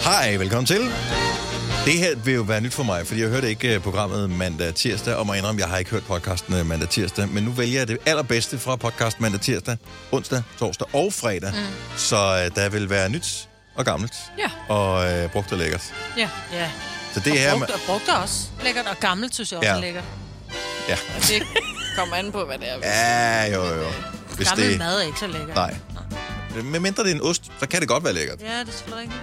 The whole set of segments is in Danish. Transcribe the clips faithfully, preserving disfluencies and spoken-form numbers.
Hej, velkommen til. Det her vil jo være nyt for mig, fordi jeg hørte ikke programmet mandag tirsdag, og må indrømme, jeg har ikke hørt podcasten mandag tirsdag, men nu vælger jeg det allerbedste fra podcast mandag tirsdag, onsdag, torsdag og fredag, mm. så uh, der vil være nyt og gammelt, ja. og uh, brugt og lækkert. Ja, ja. Så det og her... brugt, og brugt er også lækkert, og gammelt synes jeg også ja. er lækkert. Ja. Og det kommer an på, hvad det er. Ja, jo, jo. Hvis gammel det... mad er ikke så lækkert. Nej. Med mindre det er en ost, så kan det godt være lækkert. Ja, det er selvfølgelig rigtigt.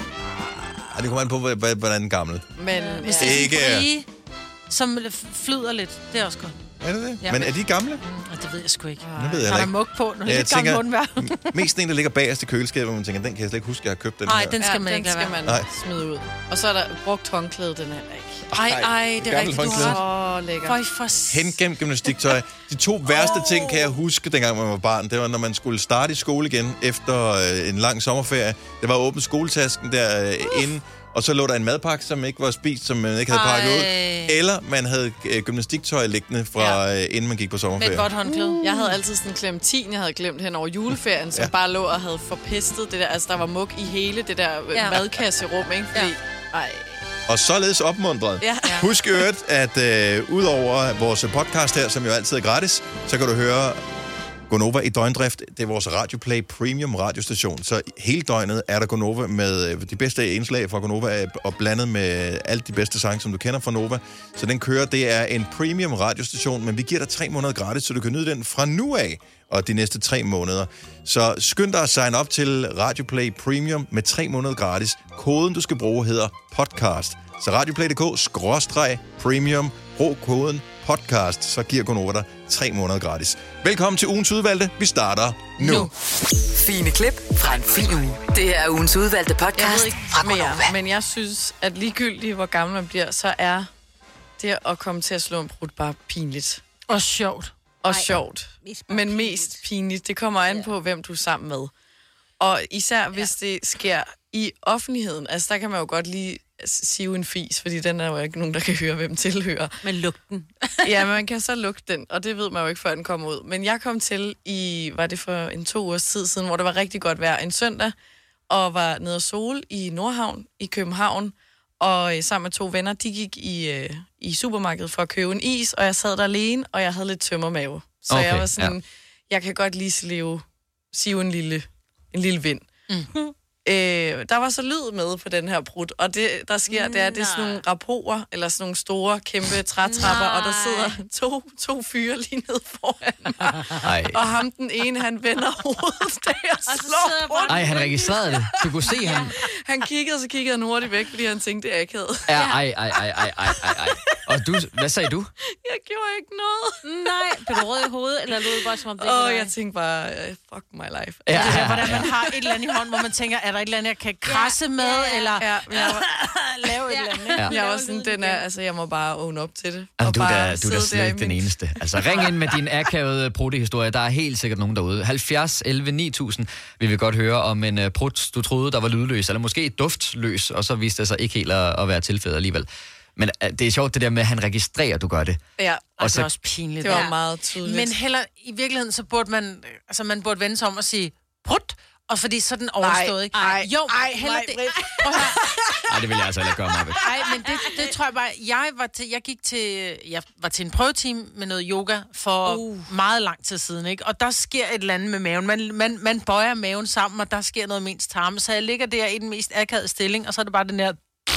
Ja, det kommer an på, hvordan den gamle. Men ja, hvis ja. det er ikke... frie, som flyder lidt, det er også godt. Er det det? Ja. Men er de gamle? Mm, det ved jeg sgu ikke. Det ved jeg har der ikke. mug på, når det ja, er gammel mundvær? Mest en, der ligger bagerst i køleskabet, hvor man tænker, den kan jeg slet ikke huske, jeg har købt den Nej, her. den skal man ja, ikke den skal man Nej. smide ud. Og så er der brugt håndklæde, den her ikke. Ej, ej, det er rigtigt, du har. Åh, lækkert. Føj for... Hengemt gymnastiktøj. De to værste oh. ting, kan jeg huske, dengang man var barn, det var, når man skulle starte i skole igen, efter øh, en lang sommerferie. Det var at åbne skoletasken der øh, uh. inden, og så lå der en madpakke, som ikke var spist, som man ikke havde pakket ud. Eller man havde øh, gymnastiktøj liggende fra, ja. øh, inden man gik på sommerferie. Med et godt håndklæde. Uh. Jeg havde altid sådan en clementin, jeg havde glemt hen over juleferien, som ja. bare lå og havde forpestet det der. Altså, der var mug i hele det der ja. madkasserum, ikke? Fordi, ja. ej... Og således opmuntret. Ja. Husk øvrigt, at øh, udover vores podcast her, som jo altid er gratis, så kan du høre Gonova i døgndrift. Det er vores Radioplay Premium radiostation. Så hele døgnet er der Gonova med øh, de bedste indslag fra Gonova, og blandet med alle de bedste sange, som du kender fra Nova. Så den kører, det er en premium radiostation, men vi giver dig tre måneder gratis, så du kan nyde den fra nu af og de næste tre måneder. Så skynd dig at sign op til Radioplay Premium med tre måneder gratis. Koden, du skal bruge, hedder podcast. Så radioplay punktum d k skråstreg premium. Brug koden podcast, så giver Gonova dig tre måneder gratis. Velkommen til ugens udvalgte. Vi starter nu. nu. Fine klip fra en fin uge. Det er ugens udvalgte podcast ikke, fra Gonova. Men jeg synes, at ligegyldigt hvor gammel man bliver, så er det at komme til at slå en brud bare pinligt. Og sjovt. Og Ej, sjovt. Men mest pinligt. Det kommer an på, hvem du er sammen med. Og især hvis ja. det sker i offentligheden. Altså, der kan man jo godt lige sive en fis, fordi den er jo ikke nogen, der kan høre, hvem tilhører. Men lugten. Ja, man kan så lugte den, og det ved man jo ikke, før den kommer ud. Men jeg kom til i, var det for en to ugers tid siden, hvor det var rigtig godt vejr en søndag, og var nede og sol i Nordhavn i København, og sammen med to venner, de gik i, øh, i supermarkedet for at købe en is, og jeg sad der alene, og jeg havde lidt tømmermave. Så okay, jeg var sådan, ja. jeg kan godt lige sive, sive en lille, en lille vind. Mm. Øh, der var så lyd med på den her brud, og det, der sker, det er, det er sådan nogle rapporter, eller sådan nogle store, kæmpe trætrapper, og der sidder to, to fyre lige nede foran mig. Ej. Og ham den ene, han vender hovedet, da jeg slår rundt. Ej, han registrerede det. Du kunne se ham. Han kiggede, så kiggede han hurtigt væk, fordi han tænkte, det er akavet. Ja, ej, ej, ej, ej, ej, ej. Og du, hvad sagde du? Jeg gjorde ikke noget. Nej, blev du rød i hovedet, eller lød det bare som om det ikke Åh, var dig? jeg tænkte bare, uh, fuck my life. Ja, det er, hvordan man har et eller andet i hånden, hvor man tænker, er der et eller andet, jeg kan krasse med, ja, ja, eller ja, jeg var, lave et eller andet. Ja. Jeg var sådan, den er, altså, jeg må bare own up til det. Altså, og du er bare da, du er da slet ikke den eneste. Altså, ring ind med din akavede brudtehistorie. Der er helt sikkert nogen derude. halvfjerds elleve ni tusind vil vi godt høre om en uh, brud, du troede, der var lydløs, eller måske duftløs, og så viste det sig ikke helt at, at være tilfældet alligevel. Men uh, det er sjovt det der med, at han registrerer, at du gør det. Ja, og så, det er også pinligt. Det var ja. meget tydeligt. Men heller, i virkeligheden, så burde man, altså man burde vende sig om og sige, brud, og fordi så er den overstået, ikke? Ej, jo, ej, heller ej, det. Prøv at høre. Ej, det vil jeg altså ikke gøre mig ved. Nej, men det, det tror jeg bare, jeg var til, jeg gik til, jeg var til en prøveteam med noget yoga for uh. meget lang tid siden, ikke? Og der sker et eller andet med maven. Man, man, man bøjer maven sammen, og der sker noget med ens tarme. Så jeg ligger der i den mest akavede stilling, og så er det bare den der,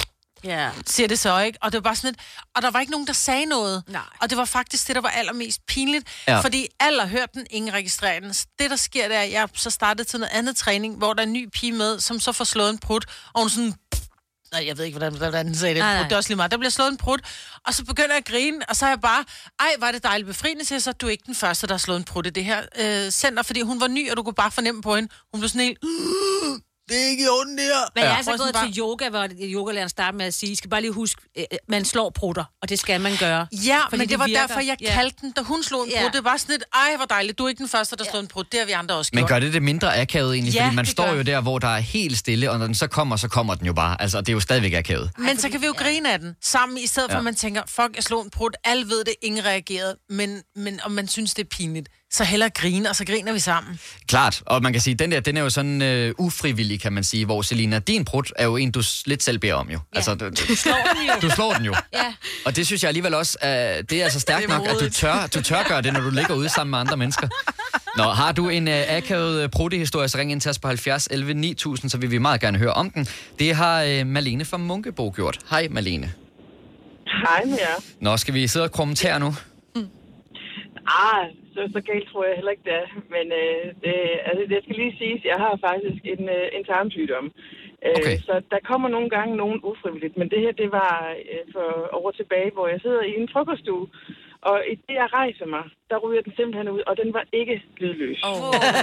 yeah. siger det så, ikke? Og det var bare sådan et, og der var ikke nogen, der sagde noget. Nej. Og det var faktisk det, der var allermest pinligt. Ja. Fordi alle har hørt den, ingen registrerer den. Det, der sker, det er, at jeg så startede til noget andet træning, hvor der er en ny pige med, som så får slået en prut, og hun sådan, nej, jeg ved ikke, hvordan, hvordan den sagde det. Nej, nej. Det er også lige meget. Der bliver slået en prut, og så begynder jeg at grine, og så er jeg bare, ej, var det dejligt befriende, så, så du er ikke den første, der har slået en prut i det her øh, center, fordi hun var ny, og du kunne bare fornemme på hende. Hun blev sådan helt, uh, det er ikke i orden, det her. Men jeg er altså ja. gået til yoga, hvor yogalæreren starter med at sige, I skal bare lige huske, man slår prutter, og det skal man gøre. Ja, men det, det var virker. Derfor, jeg ja. kaldte den, da hun slog en prut. Ja. Det var sådan et, ej, hvor dejligt, du er ikke den første, der ja. slår en prut. Det har vi andre også gjort. Men gør det det mindre akavet egentlig? Ja, fordi man står gør. jo der, hvor der er helt stille, og når den så kommer, så kommer den jo bare. Altså, det er jo stadigvæk akavet. Men Ej, så kan vi jo ja. grine af den sammen, i stedet for, ja. at man tænker, fuck, jeg slog en prut, alle ved det, ingen reagerede, men, men om man synes, det er pinligt. så hellere grine, og så griner vi sammen. Klart, og man kan sige, den der, den er jo sådan øh, ufrivillig, kan man sige, hvor Selina, din prut er jo en, du lidt selv beder om jo. Ja. Altså, du, du slår den jo. Du slår den jo. Ja. Og det synes jeg alligevel også, uh, det er altså stærkt nok, at du tør, du tør gøre det, når du ligger ude sammen med andre mennesker. Nå, har du en uh, akavet uh, prutte-historie, så ring ind til os på halvfjerds elleve ni tusind, så vil vi meget gerne høre om den. Det har uh, Malene fra Munkebo gjort. Hej, Malene. Hej med jer. Nå, skal vi sidde og kommentere nu? Mm. Ah, så, så galt tror jeg heller ikke, det er. Men øh, det, altså, det skal lige siges, jeg har faktisk en, øh, en tarmsygdom. Okay. Øh, så der kommer nogle gange nogen ufrivilligt. Men det her, det var øh, for år tilbage, hvor jeg sidder i en frokoststue. Og i det, jeg rejser mig, der ryger den simpelthen ud, og den var ikke lydløs. Oh.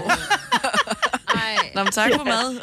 Nå, men tak for mad.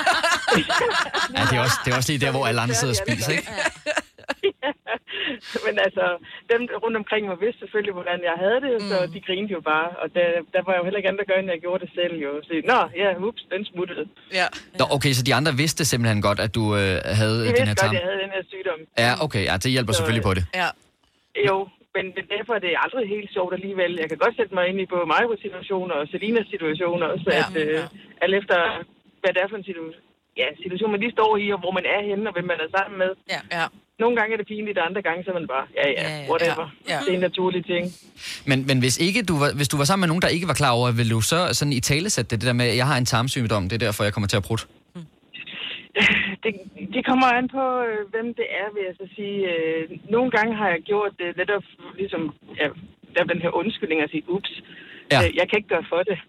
Ja, det er, også, det er også lige der, hvor alle andre sidder og spiser, ikke? Ja. Men altså, dem rundt omkring mig vidste selvfølgelig, hvordan jeg havde det, mm. så de grinede jo bare. Og der, der var jo heller ikke andre gør, end jeg gjorde det selv jo. Så, nå, ja, ups, den smuttede. Ja. Nå, okay, så de andre vidste simpelthen godt, at du øh, havde de den her tarm? De vidste godt, at jeg havde den her sygdom. Ja, okay, ja, det hjælper så, selvfølgelig på det. Ja. Jo, men derfor er det aldrig helt sjovt alligevel. Jeg kan godt sætte mig ind i både Majbos situationer og Selinas situationer også, ja, at øh, ja. alt efter, hvad det er for en situation, ja, situation, man lige står i, og hvor man er henne, og hvem man er sammen med. Ja, ja. Nogle gange er det pinligt, og andre gange så er man bare, ja, ja, whatever. Ja, ja. Det er en naturlig ting. Men, men hvis ikke du var, hvis du var sammen med nogen, der ikke var klar over, vil du så sådan i tale sætte det, det der med, at jeg har en tarmsygdom, det er derfor, jeg kommer til at prutte? Hmm. Det, det kommer an på, hvem det er, vil jeg så sige. Nogle gange har jeg gjort det netop ligesom, ja, der den her undskyldning at sige, ups, ja. Jeg kan ikke gøre for det.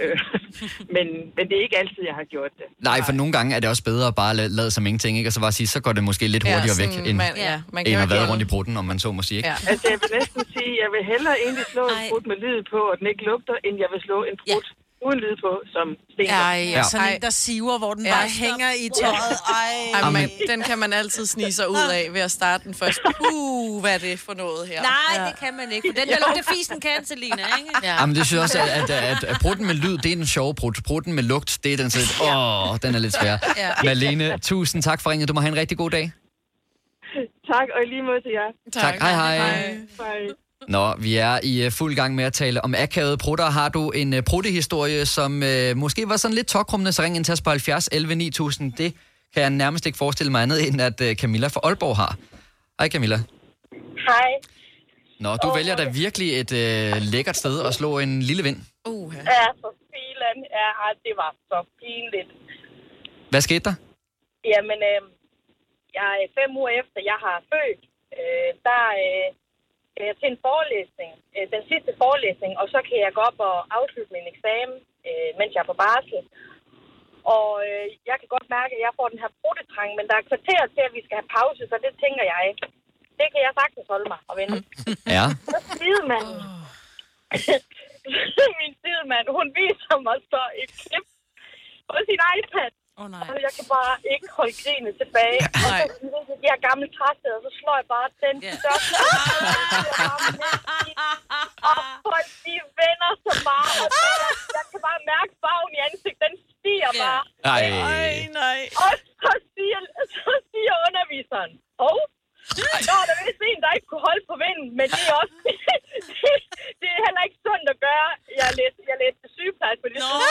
men, men det er ikke altid, jeg har gjort det. Nej, for nogle gange er det også bedre at bare lade, lade som ingenting, ikke? Og så bare sige, så går det måske lidt hurtigere ja, væk, end, man, ja, man end at være rundt i prutten, om man så må sige. Ikke? Ja. Altså, jeg vil næsten sige, jeg vil hellere egentlig slå en prut med lyd på, og den ikke lugter, end jeg vil slå en prut ja. uden lyd på, som stinker. Ej, ja. Sådan en, der siver, hvor den ja. bare hænger i tøjet. Ej. Ej, man, den kan man altid snige sig ud af ved at starte den først. Uh, hvad er det for noget her? Nej, ja. det kan man ikke, for den der lugter fisen kan, Selina, ikke? Ja. Jamen, det synes jeg også, at, at, at, at prutten med lyd, det er den sjove prut. Prutten med lugt, det er den sådan, åh, den er lidt svær. Ja. Malene, tusind tak for ringet. Du må have en rigtig god dag. Tak, og i lige måde til jer. Tak, tak. Hej, hej. Hej. Hej. Nå, vi er i uh, fuld gang med at tale om akavede prutter. Har du en uh, pruttehistorie, som uh, måske var sådan lidt tokrummende, så ring ind til os på halvfjerds elleve ni tusind. Det kan jeg nærmest ikke forestille mig andet, end at uh, Camilla fra Aalborg har. Hej Camilla. Hej. Nå, du oh, vælger da virkelig et uh, lækkert sted at slå en lille vind. Uh, ja, for filen. Ja, det var så pinligt. Hvad skete der? Jamen, øh, jeg er fem uger efter, jeg har født. Øh, der øh, er jeg til en forelæsning. Øh, den sidste forelæsning, og så kan jeg gå op og afslutte min eksamen, øh, mens jeg er på barsel. Og øh, jeg kan godt mærke, at jeg får den her bruttetrang, men der er kvarter til, at vi skal have pause, så det tænker jeg, det kan jeg sagtens holde mig og vente. Ja. Så sidemanden, min sidemand, hun viser mig så et klip på sin iPad. Oh, nej. Og jeg kan bare ikke holde grinet tilbage. Og så de her gamle træsted, og så slår jeg bare den yeah. største. Og folk, de vender så bare. Og jeg, jeg kan bare mærke farven i ansigtet, den stiger yeah. bare. Ej. Ej, nej. Og så siger, så siger underviseren, hov, nå, der er vist en, der ikke kunne holde på vinden, men det er også, det, det er heller ikke sundt at gøre. Jeg læste, jeg læste sygeplejerske på det. No.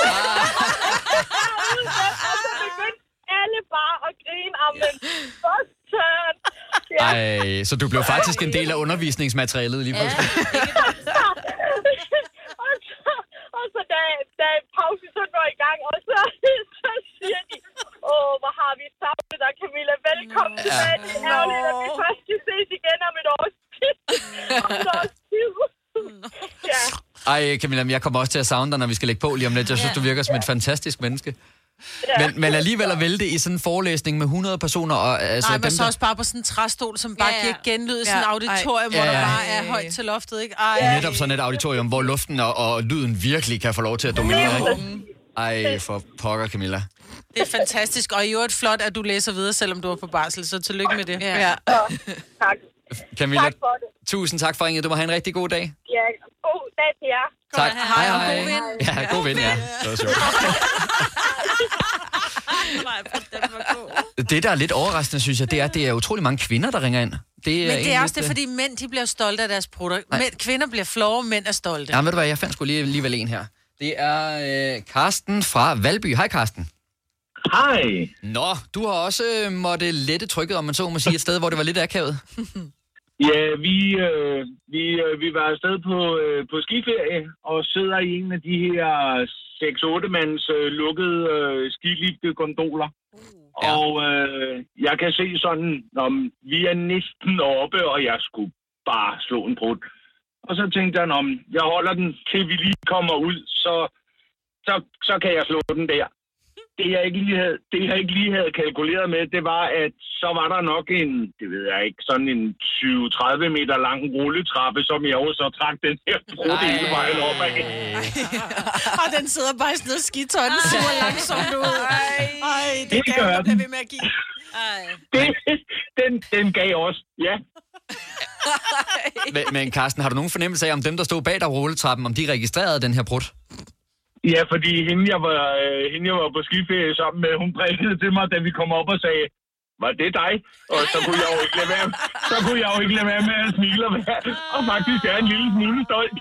Og så begyndte alle bare at grine af min førstøren. Ja. Ej, så du blev faktisk en del af undervisningsmaterialet lige pludselig. Ja. og så, og så da, da pausen så går i gang, og så, så siger de, åh, hvor har vi savnet dig, Camilla. Velkommen ja. tilbage. Det er ærgerligt, at vi først skal ses igen om et års tid. Om et års tid. Ja. Ej, Camilla, jeg kommer også til at savne dig, når vi skal lægge på lige om lidt. Jeg synes, du virker som et fantastisk menneske. Ja. Men, men alligevel at vælte i sådan en forelæsning med hundrede personer. Og, altså, nej, men dem, så også bare på sådan en træstol, som bare ja, ja. giver genlyd i sådan et ja. auditorium, ja, ja. hvor der bare er højt til loftet, ikke? Ej. Netop sådan et auditorium, hvor luften og, og lyden virkelig kan få lov til at dominere, ikke? Ej, for pokker, Camilla. Det er fantastisk, og i øvrigt flot, at du læser videre, selvom du er på barsel, så tillykke med det. Ja. Ja. Tak. Camilla, tak for det. Tusind tak for ringet. Du må have en rigtig god dag. Ja, god dag til jer. Tak. Hej, hej. Og god vind. Ja, god vind, ja. Det var sjovt. Det, der er lidt overraskende, synes jeg, det er, at det er utrolig mange kvinder, der ringer ind. Det er Men det er også lidt, det, fordi mænd, de bliver stolte af deres prutter. Mænd, kvinder bliver flove, mænd er stolte. Ja, ved du hvad, jeg fandt sgu lige, alligevel en her. Det er øh, Karsten fra Valby. Hej, Karsten. Hej. Nå, du har også øh, måtte lette trykket, om man så må sige, et sted, hvor det var lidt akavet. Ja, vi, øh, vi, øh, vi var afsted på, øh, på skiferie og sidder i en af de her seks otte mands øh, lukkede øh, skilifte-gondoler. Uh, ja. Og øh, jeg kan se sådan, om vi er næsten oppe, og jeg skulle bare slå en brud. Og så tænkte jeg, om jeg holder den, til vi lige kommer ud, så, så, så kan jeg slå den der. Det jeg, ikke lige havde, det, jeg ikke lige havde kalkuleret med, det var, at så var der nok en, det ved jeg ikke, sådan en tyve til tredive meter lang rulletrappe, som jeg også så trak den her brud hele vejen op af. Og den sidder bare i sådan noget skitøj, den suger langsomt ud. Ej, Ej det, det gav jeg ved med at give. Det, den, den gav også, ja. men, men Karsten, har du nogen fornemmelse af, om dem, der stod bag der rulletrappen, om de registrerede den her brud? Ja, fordi hende jeg, var, øh, hende, jeg var på skiferie sammen med, hun prikkede til mig, da vi kom op og sagde, var det dig? Og så kunne jeg jo ikke lade være, så kunne jeg jo ikke lade være med at smile og være. Og faktisk er en lille smule stolt.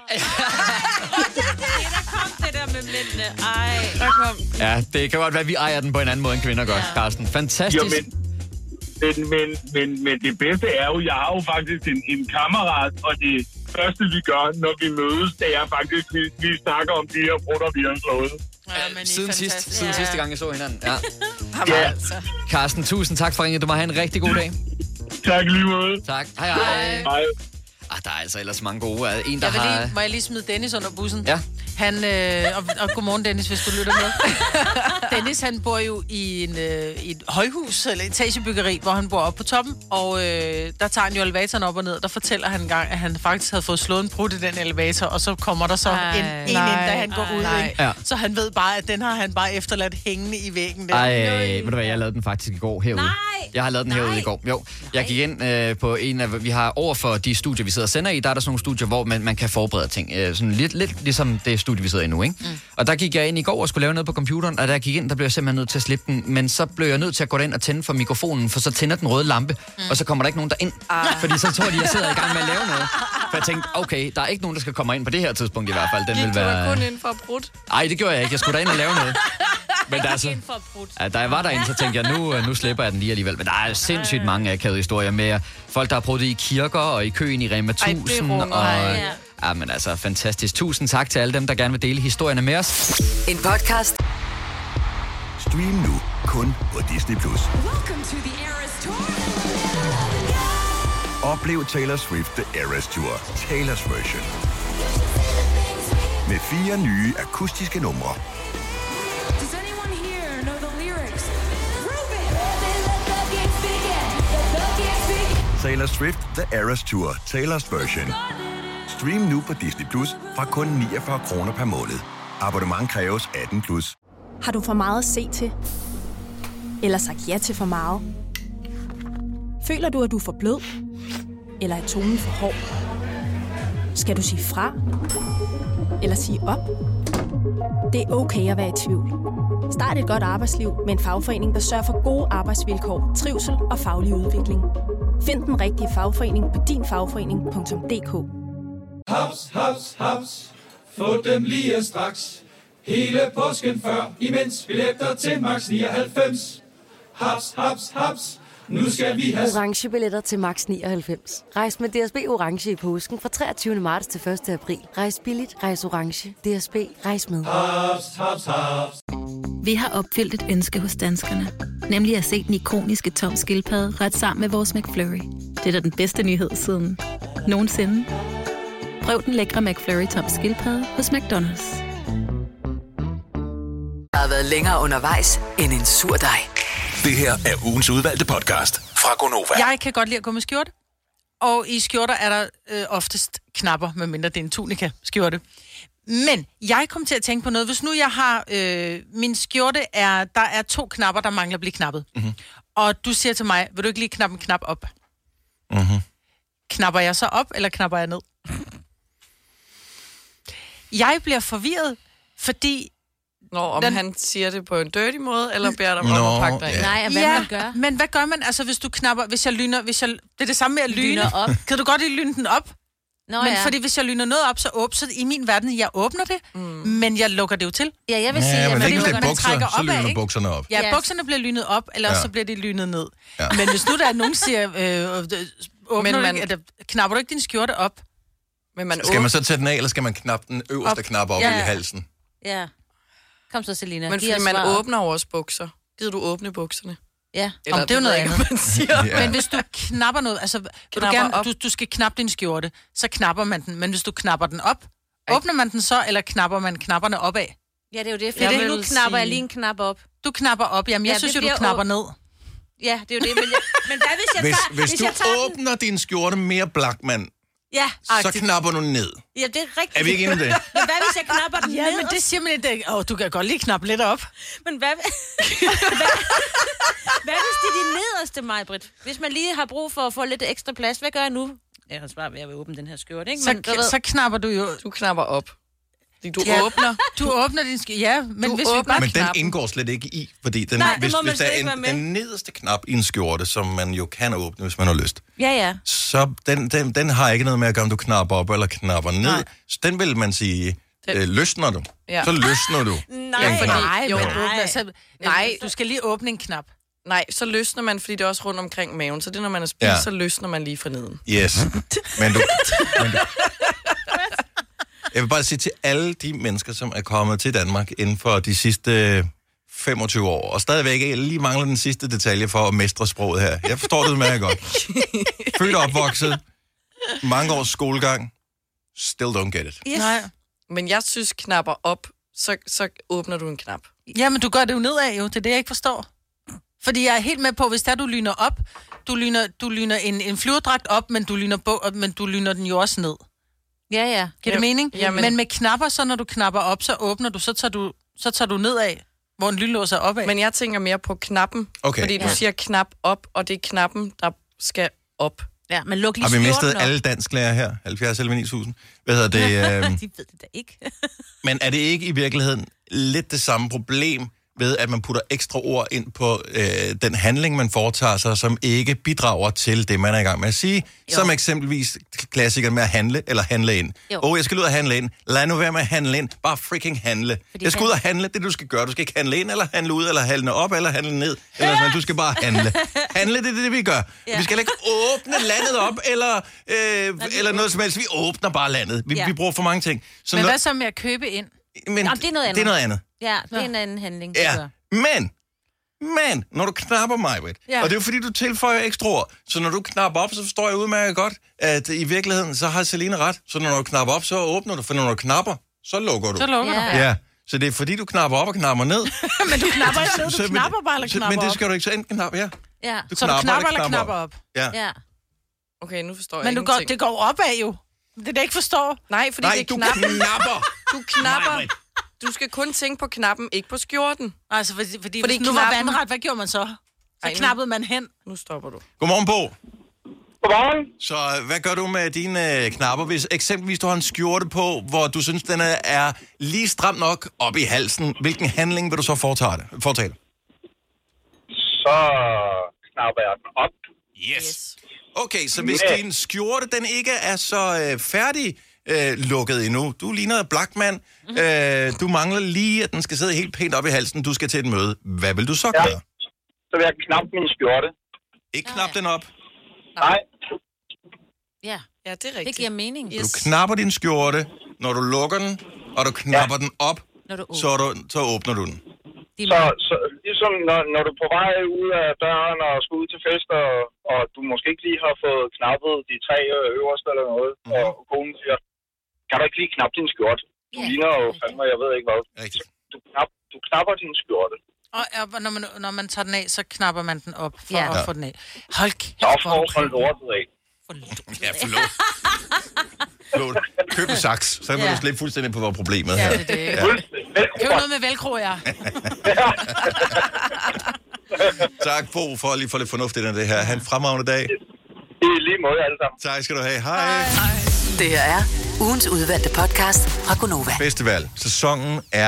Der kom det der med mændene. Ej, der kom. Ja, det kan godt være, at vi ejer den på en anden måde end kvinder gør, ja. Karsten. Fantastisk. Jo, men, men, men, men, men det bedste er jo, jeg har jo faktisk en, en kammerat, og det første, vi gør, når vi mødes, det er faktisk, vi, vi snakker om de her brutter, vi har slået. Ja, men siden sidst, siden ja. sidste gang, jeg så hinanden. Ja. Ja. Karsten, tusind tak for ringet. Du må have en rigtig god dag. Tak lige måde. Tak. Hej, hej. Hej. Ah, der er altså ellers mange gode. En, der jeg vil lige, har... må jeg lige smide Dennis under bussen? Ja. Han, øh, og, og godmorgen Dennis, hvis du lytter med. Dennis, han bor jo i, en, øh, i et højhus, eller etagebyggeri, hvor han bor oppe på toppen. Og øh, der tager han jo elevatoren op og ned, og der fortæller han en gang, at han faktisk havde fået slået en brud i den elevator, og så kommer der så ej, en, en ind, da han går ud. Ja. Så han ved bare, at den har han bare efterladt hængende i væggen. Der. Ej, ved du hvad, jeg lavede den faktisk i går herude. Nej. Jeg har lavet den herude i går. Jo, jeg gik ind øh, på en af, vi har over for de studier, vi sidder og sender i, der er der sådan nogle studier, hvor man, man kan forberede ting. Øh, sådan lidt, lidt ligesom det studie, vi sidder i nu, ikke? Mm. Og der gik jeg ind i går og skulle lave noget på computeren, og da jeg gik ind, der blev jeg simpelthen nødt til at slippe den, men så blev jeg nødt til at gå ind og tænde for mikrofonen, for så tænder den røde lampe, mm. og så kommer der ikke nogen derind. Ah. Fordi så tror de, jeg sidder i gang med at lave noget. For jeg tænkte, okay, der er ikke nogen, der skal komme ind på det her tidspunkt i hvert fald. Den Gik vil du være... kun ind for at brudt? Nej, det gjorde jeg ikke. Jeg skulle derind og lave noget. Men der er så... Ja, da jeg var derinde, så tænkte jeg, nu, nu slipper jeg den lige alligevel. Men der er sindssygt mange akavede historier med folk, der har prøvet det i kirker og i køen i Rema tusind. Og... ja. Ja, men altså, fantastisk. Tusind tak til alle dem, der gerne vil dele historierne med os. En podcast. Stream nu kun på Disney plus. Oplev Taylor Swift The Eras Tour, Taylor's version. Med fire nye akustiske numre. Taylor Swift The Eras Tour, Taylor's version. Stream nu på Disney plus fra kun niogfyrre kroner per måned. Abonnement kræves atten plus. Har du for meget at se til? Eller sagt ja til for meget? Føler du, at du er for blød? Eller er tonen for hård? Skal du sige fra? Eller sige op? Det er okay at være i tvivl. Start et godt arbejdsliv med en fagforening, der sørger for gode arbejdsvilkår, trivsel og faglig udvikling. Find den rigtige fagforening på din fagforening punktum d k. Haps, haps, haps. Få dem lige straks. Hele påsken før, imens billetter til max nioghalvfems. Haps, haps, haps. Nu skal vi have orange billetter til max nioghalvfems. Rejs med D S B orange i påsken fra treogtyvende marts til første april. Rejs billigt, rejs orange. D S B, rejs med. Haps, haps, haps. Vi har opfyldt et ønske hos danskerne. Nemlig at se den ikoniske Tom Skildpadde ret sammen med vores McFlurry. Det er da den bedste nyhed siden nogensinde. Prøv den lækre McFlurry Tom Skildpadde hos McDonald's. Der har været længere undervejs end en sur dej. Det her er ugens udvalgte podcast fra Gonova. Jeg kan godt lide at gå med skjorte. Og i skjorter er der øh, oftest knapper, medmindre det er en tunika-skjorte. Men jeg kom til at tænke på noget. Hvis nu jeg har... Øh, min skjorte er... Der er to knapper, der mangler at blive knappet. Mm-hmm. Og du siger til mig, vil du ikke lige knappe en knap op? Mm-hmm. Knapper jeg så op, eller knapper jeg ned? Jeg bliver forvirret, fordi Når om Den... han siger det på en dirty måde, eller beder dig om at pakke dig ind. Nej, og hvad ja, man gør. Men hvad gør man, altså hvis du knapper, hvis jeg lyner, hvis jeg, det er det samme med at lyne. Lyner op. Kan du godt lige lyne den op? Nå, men ja. fordi hvis jeg lyner noget op, så åbner det i min verden, jeg åbner det, mm. men jeg lukker det jo til. Ja, jeg vil Ja, sige, men at det er man ikke, hvis det er man bukser, trækker så opad, lyner ikke? bukserne op. Ja, Ja. bukserne bliver lynet op, eller Ja. så bliver de lynet ned. Ja. Men hvis nu der er nogen, der siger, øh, øh, åbner Men du man- ikke, eller, knapper du ikke din skjorte op? Men man Skal man så tage den af, eller skal man knappe den øverste Op. knap op Ja. i halsen? Ja. Kom så, Selina. Men Giv fordi os man svaret. åbner vores bukser. Gider du åbne bukserne? Ja. Eller, Om det er jo noget ved jeg andet. ikke, man siger. Ja. Men hvis du knapper noget, altså vil du, Knapper gerne, op. du, du skal knappe din skjorte, så knapper man den. Men hvis du knapper den op, åbner man den så, eller knapper man knapperne opad? Ja, det er jo det. For Jeg det, vil nu knapper sige- jeg lige en knap op. Du knapper op, jamen jeg Ja, synes det jo, du bliver knapper å- ned. Ja, det er jo det. Men, jeg, men hvad hvis jeg Hvis, tager, hvis, hvis du jeg tager den? åbner din skjorte mere Blackman, Ja, så agtigt. knapper du ned. Ja, det er rigtigt. Er vi ikke enige om det? Men hvad hvis jeg knapper den Ja, ned? men det siger man ikke. Åh, du kan godt lige knappe lidt op. Men hvad, hvad, hvad hvis det er de nederste, Maj-Brit? Hvis man lige har brug for at få lidt ekstra plads, hvad gør jeg nu? Jeg har svært ved at åbne den her skjorte, ikke? Så, Men, du ved, så knapper du jo... Du knapper op. Fordi du Ja. åbner. Du åbner din skjorte, ja, men Du hvis vi åbner bare... Men den knappen. indgår slet ikke i, fordi den, Nej, det hvis, må man hvis der slet er ikke være en, med. den nederste knap i en skjorte, som man jo kan åbne, hvis man har lyst, ja, ja. så den, den, den har ikke noget med at gøre, om du knapper op eller knapper ned. Nej. Så den vil man sige, øh, løsner du. Ja. Så løsner du. Nej, den knap. Nej, Jo. men åbner, så, Nej. du skal lige åbne en knap. Nej, så løsner man, fordi det er også rundt omkring maven. Så det, når man er spist, Ja. ja. så løsner man lige fra neden. Yes. Men du, men du... Jeg vil bare sige til alle de mennesker, som er kommet til Danmark inden for de sidste femogtyve år, og stadigvæk lige mangler den sidste detalje for at mestre sproget her. Jeg forstår det meget godt. Født og opvokset, mange års skolegang, still don't get it. Yes. Nej. Men jeg synes, knapper op, så, så åbner du en knap. Ja, men du gør det jo nedad jo, det er det, jeg ikke forstår. Fordi jeg er helt med på, hvis der du lyner op, du lyner, du lyner en, en flyverdragt op, men du, lyner bo, men du lyner den jo også ned. Ja, ja. Giver det mening? Jamen- Men... men med knapper, så når du knapper op, så åbner du, så tager du, så tager du nedad, hvor en lynlås er opad. Men jeg tænker mere på knappen. Okay. Fordi du Ja. siger knap op, og det er knappen, der skal op. Ja, men luk lige Har vi skjorten mistet op. alle dansklærer her? halvfjerds elleve ni tusind. Hvad hedder det? Øh... De ved det da ikke. Men er det ikke i virkeligheden lidt det samme problem ved, at man putter ekstra ord ind på øh, den handling, man foretager sig, som ikke bidrager til det, man er i gang med at sige? Jo. Som eksempelvis klassikeren med at handle eller handle ind. Jo. Åh, oh, jeg skal ud og handle ind. Lad nu være med at handle ind. Bare freaking handle. Fordi jeg skal han- ud og handle. Det du skal gøre. Du skal ikke handle ind, eller handle ud, eller handle op, eller handle ned. Eller sådan, du skal bare handle. Handle, det er det, vi gør. Ja. Vi skal heller ikke åbne landet op, eller, øh, eller noget som helst. Vi åbner bare landet. Vi, Ja. vi bruger for mange ting. Så Men når- hvad så med at købe ind? men Nå, det er noget andet. Det er noget andet. Ja, det er en anden handling, du Ja, gør. men, men, når du knapper mig, Ja. og det er jo fordi, du tilføjer ekstra ord, så når du knapper op, så forstår jeg udmærket godt, at i virkeligheden, så har Selina ret. Så når du knapper op, så åbner du, for når du knapper, så lukker du. Så lukker Ja. du. Ja, så det er fordi, du knapper op og knapper ned. Men du knapper ikke ned, du Så- men- knapper bare eller så- knapper Men det op. skal du ikke, så enten knappe, ja. Ja. Du Så du knapper eller knapper op? Ja. Ja. Okay, nu forstår jeg Men du går, ingenting. det går opad jo. Det er det, jeg ikke forstår. Nej, fordi Nej, det er du knap. knapper. Du knapper. Nej, Du skal kun tænke på knappen, ikke på skjorten. Altså, fordi, fordi, Fordi fordi hvis nu var knappen- vandret, hvad gjorde man så? Så Ej, nu- knappede man hen. Nu stopper du. Godmorgen, Bo. Godmorgen. Så øh, hvad gør du med dine øh, knapper, hvis eksempelvis du har en skjorte på, hvor du synes, den er, er lige stram nok op i halsen? Hvilken handling vil du så foretage det? Foretage? Så knapper jeg den op. Yes. Okay, så hvis Ja. din skjorte, den ikke er så øh, færdig øh, lukket endnu, du ligner Blackman, mm-hmm. øh, du mangler lige, at den skal sidde helt pænt op i halsen, du skal til et møde. Hvad vil du så Ja. gøre? Så vil jeg knappe min skjorte. Ikke knap den op. Nej. Ja, Ja, det er rigtigt. det giver mening. Du knapper din skjorte, når du lukker den, og du knapper ja. den op, Når du så, du, så åbner du den. Så, så ligesom når, når du er på vej ud af døren og skal ud til fest, og, og du måske ikke lige har fået knappet de tre øverste eller noget, mm. og konen siger, kan du ikke lige knappe din skjorte? Du Ja, ligner jo rigtigt. fandme, jeg ved ikke hvad. Rigtigt. Du, knap, du knapper din skjorte. Og, og når, man, når man tager den af, så knapper man den op for Ja. ja. at få den af. Hold kæft, Så hvor er får du man grim. lortet af. Ja, forlåt. Forlåt. Køb en saks, så vil Ja. du slippe fuldstændig på, hvad problemet Ja, her. det er det. Ja. Køb noget med velcro, ja. Tak, Bo, for at lige få lidt fornuftigt af det her. Ha' en fremragende dag. I lige måde alle sammen. Tak skal du have. Hej. Det her er ugens udvalgte podcast fra Gonova. Festival. Sæsonen er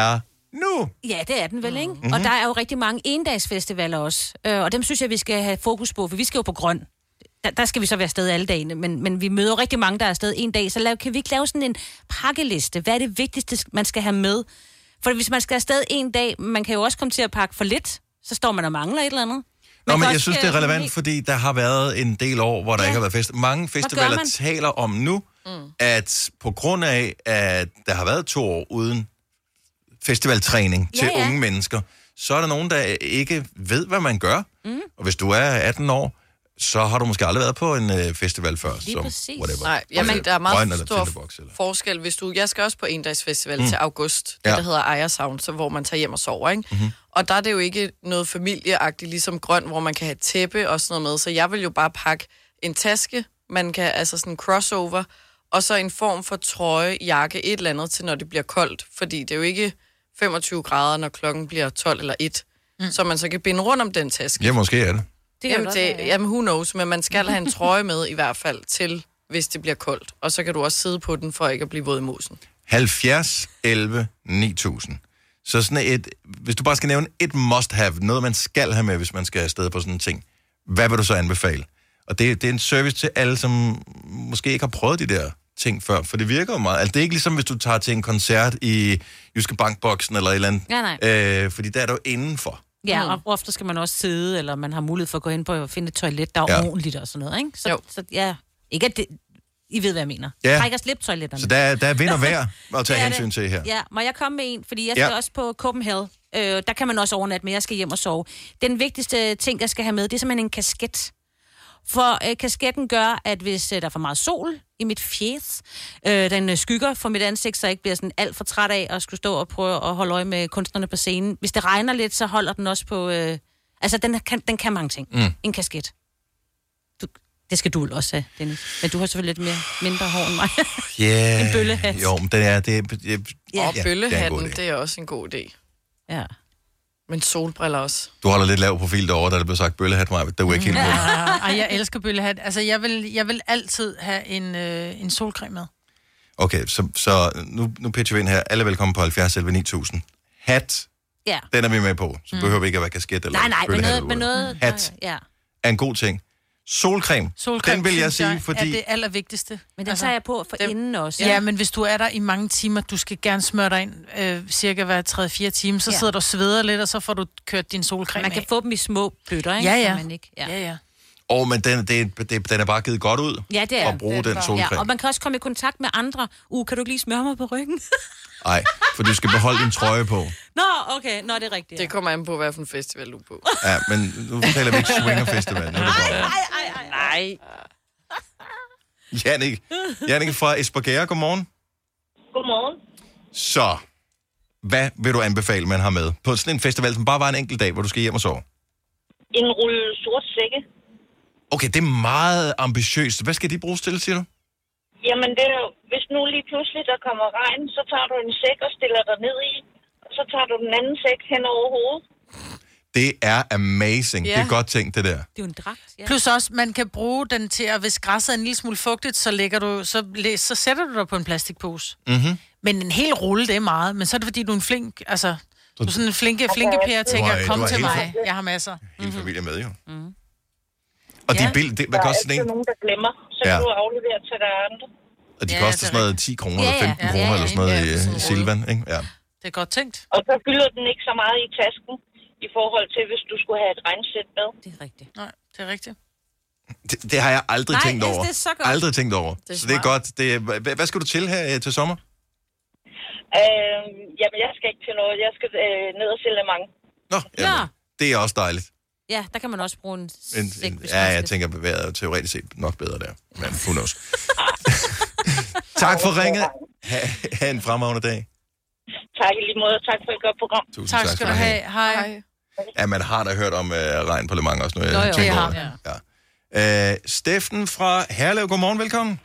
nu. Ja, det er den vel, ikke? Mm-hmm. Og der er jo rigtig mange endagsfestivaler også. Øh, og dem synes jeg, vi skal have fokus på, for vi skal jo på Grøn. Der, der skal vi så være afsted alle dagene, men, men vi møder rigtig mange, der er afsted en dag. Så lav, kan vi ikke lave sådan en pakkeliste? Hvad er det vigtigste, man skal have med? For hvis man skal afsted en dag, man kan jo også komme til at pakke for lidt, så står man og mangler et eller andet. Nå, men jeg synes, det er relevant, helt... fordi der har været en del år, hvor der ja. ikke har været fest. Mange festivaler taler om nu, mm. at på grund af, at der har været to år uden festivaltræning til ja, ja. unge mennesker, så er der nogen, der ikke ved, hvad man gør. Mm. Og hvis du er atten år, så har du måske aldrig været på en øh, festival før. Lige som præcis. Whatever. Nej, jamen, der er meget Røn, stor eller forskel. Hvis du, jeg skal også på endagsfestival mm. til august, det ja. der hedder Ejer Sound, så hvor man tager hjem og sover, ikke? Mm-hmm. Og der er det jo ikke noget familieagtigt, ligesom Grøn, hvor man kan have tæppe og sådan noget med. Så jeg vil jo bare pakke en taske, man kan altså sådan en crossover, og så en form for trøje, jakke, et eller andet til, når det bliver koldt. Fordi det er jo ikke femogtyve grader, når klokken bliver tolv eller et. Mm. Så man så kan binde rundt om den taske. Ja, måske er det. Det jamen, det, være, ja. jamen, who knows, men man skal have en trøje med i hvert fald til, hvis det bliver koldt. Og så kan du også sidde på den, for ikke at blive våd i mosen. halvfjerds elleve ni tusind. Så sådan et, hvis du bare skal nævne et must-have, noget man skal have med, hvis man skal afsted på sådan en ting, hvad vil du så anbefale? Og det, det er en service til alle, som måske ikke har prøvet de der ting før, for det virker jo meget. Altså, det er ikke ligesom, hvis du tager til en koncert i Jyske Bankboksen eller et eller andet. Ja, nej. Øh, fordi der er du indenfor. Ja, og ofte skal man også sidde, eller man har mulighed for at gå ind på og finde et toilet, der er ja. ordentligt og sådan noget, ikke? Så, så ja, ikke at det... I ved, hvad jeg mener. Ja. Træk og slip toiletterne. Så der, der er vind og vejr at tage hensyn det. til her. Ja, må jeg komme med en? Fordi jeg skal ja. også på Copenhagen. Øh, der kan man også overnatte, men jeg skal hjem og sove. Den vigtigste ting, jeg skal have med, det er simpelthen en kasket. For øh, kasketten gør, at hvis øh, der er for meget sol i mit fjes, øh, den øh, skygger for mit ansigt, så jeg ikke bliver sådan alt for træt af at skulle stå og prøve at holde øje med kunstnerne på scenen. Hvis det regner lidt, så holder den også på... Øh, altså, den kan, den kan mange ting. Mm. En kasket. Du, det skal du også have, Dennis. Men du har selvfølgelig lidt mere, mindre hår end mig. Yeah. En bøllehat. Jo, men den er... Det, det, det, ja, og ja, bøllehatten, det er, det er også en god idé. Ja. Men solbriller også. Du holder lidt lav profil derovre, da der blev sagt bøllehat, Maja. Det var ikke helt ja, ej, jeg elsker bøllehat. Altså, jeg vil, jeg vil altid have en, øh, en solcreme med. Okay, så, så nu, nu pitcher vi ind her. Alle velkommen på halvfjerds elleve ni tusind. Hat, ja. den er vi med på. Så mm. behøver vi ikke at være kasket eller nej, nej, bøllehat. Nej, nej, men noget... Hat ja. er en god ting. Solcreme, Solcreme den vil jeg sige, jeg, fordi... er det allervigtigste. Men den tager jeg på for dem, inden også. Ja. ja, men hvis du er der i mange timer, du skal gerne smøre dig ind øh, cirka hver tre fire timer, så ja. sidder du og sveder lidt, og så får du kørt din solcreme Man kan af. få dem i små bøtter, ikke? Ja, ja. Man ikke, ja. ja, ja. Åh, oh, men den, det, det, den er bare givet godt ud ja, det er. at bruge det den solcreme. Ja, og man kan også komme i kontakt med andre. Uh, kan du ikke lige smøre mig på ryggen? Nej, for du skal beholde din trøje på. Nå, okay. Nå, det er rigtigt. Ja. Det kommer an på, hvad for en festival du er på. Ja, men nu taler vi ikke Swinger Festival. Nu er det bare... Ej, ej, ej, nej. Jannik, Jannik fra Esbjerg, godmorgen. Godmorgen. Så, hvad vil du anbefale, man har med på sådan en festival, som bare var en enkelt dag, hvor du skal hjem og sove? En rulle sort sække. Okay, det er meget ambitiøst. Hvad skal de bruges til, siger du? Jamen, det er jo, hvis nu lige pludselig der kommer regn, så tager du en sæk og stiller dig ned i, og så tager du den anden sæk hen over hovedet. Det er amazing. Yeah. Det er godt tænkt, det der. Det er jo en dragt, ja. Plus også, man kan bruge den til, at hvis græsset er en lille smule fugtigt, så, lægger du, så, så sætter du dig på en plastikpose. Mm-hmm. Men en hel rulle, det er meget. Men så er det, fordi du er en flink, altså, du er sådan en flinke, flinke pære, tænker, kom til mig, jeg har masser. Hele familien med, jo. Mm. Og ja. de bill, det, hvad koster sådan en? Der er nogen, der glemmer, så ja. kan du aflevere til der andre. Og de ja, koster sådan noget ti kroner, eller femten ja, ja, kroner, ja, eller sådan noget ja, i, i Silvan, ikke? Ja. Det er godt tænkt. Og så fylder den ikke så meget i tasken, i forhold til, hvis du skulle have et regnsæt med. Det er rigtigt. Nej, det er rigtigt. Det, det har jeg aldrig Nej, tænkt over. Det er så godt. Aldrig tænkt over. Det så det er godt. Det er, hvad, hvad skal du til her til sommer? Øh, jamen, jeg skal ikke til noget. Jeg skal øh, ned og sælge mange. Nå, jamen, ja. Det er også dejligt. Ja, der kan man også bruge en en, sæk, en, Ja, jeg tænker, at vejret er teoretisk set nok bedre der. Men who knows. Tak for ringet. Ha, ha en fremragende dag. Tak i lige måde. Tak for et godt program. Tusind tak, tak skal du have. Hej. Hej. Ja, man har da hørt om uh, regn på Le Mans også. Nu, Nå, jo, jeg har. Ja. Ja. Uh, Steffen fra Herlev, godmorgen, velkommen.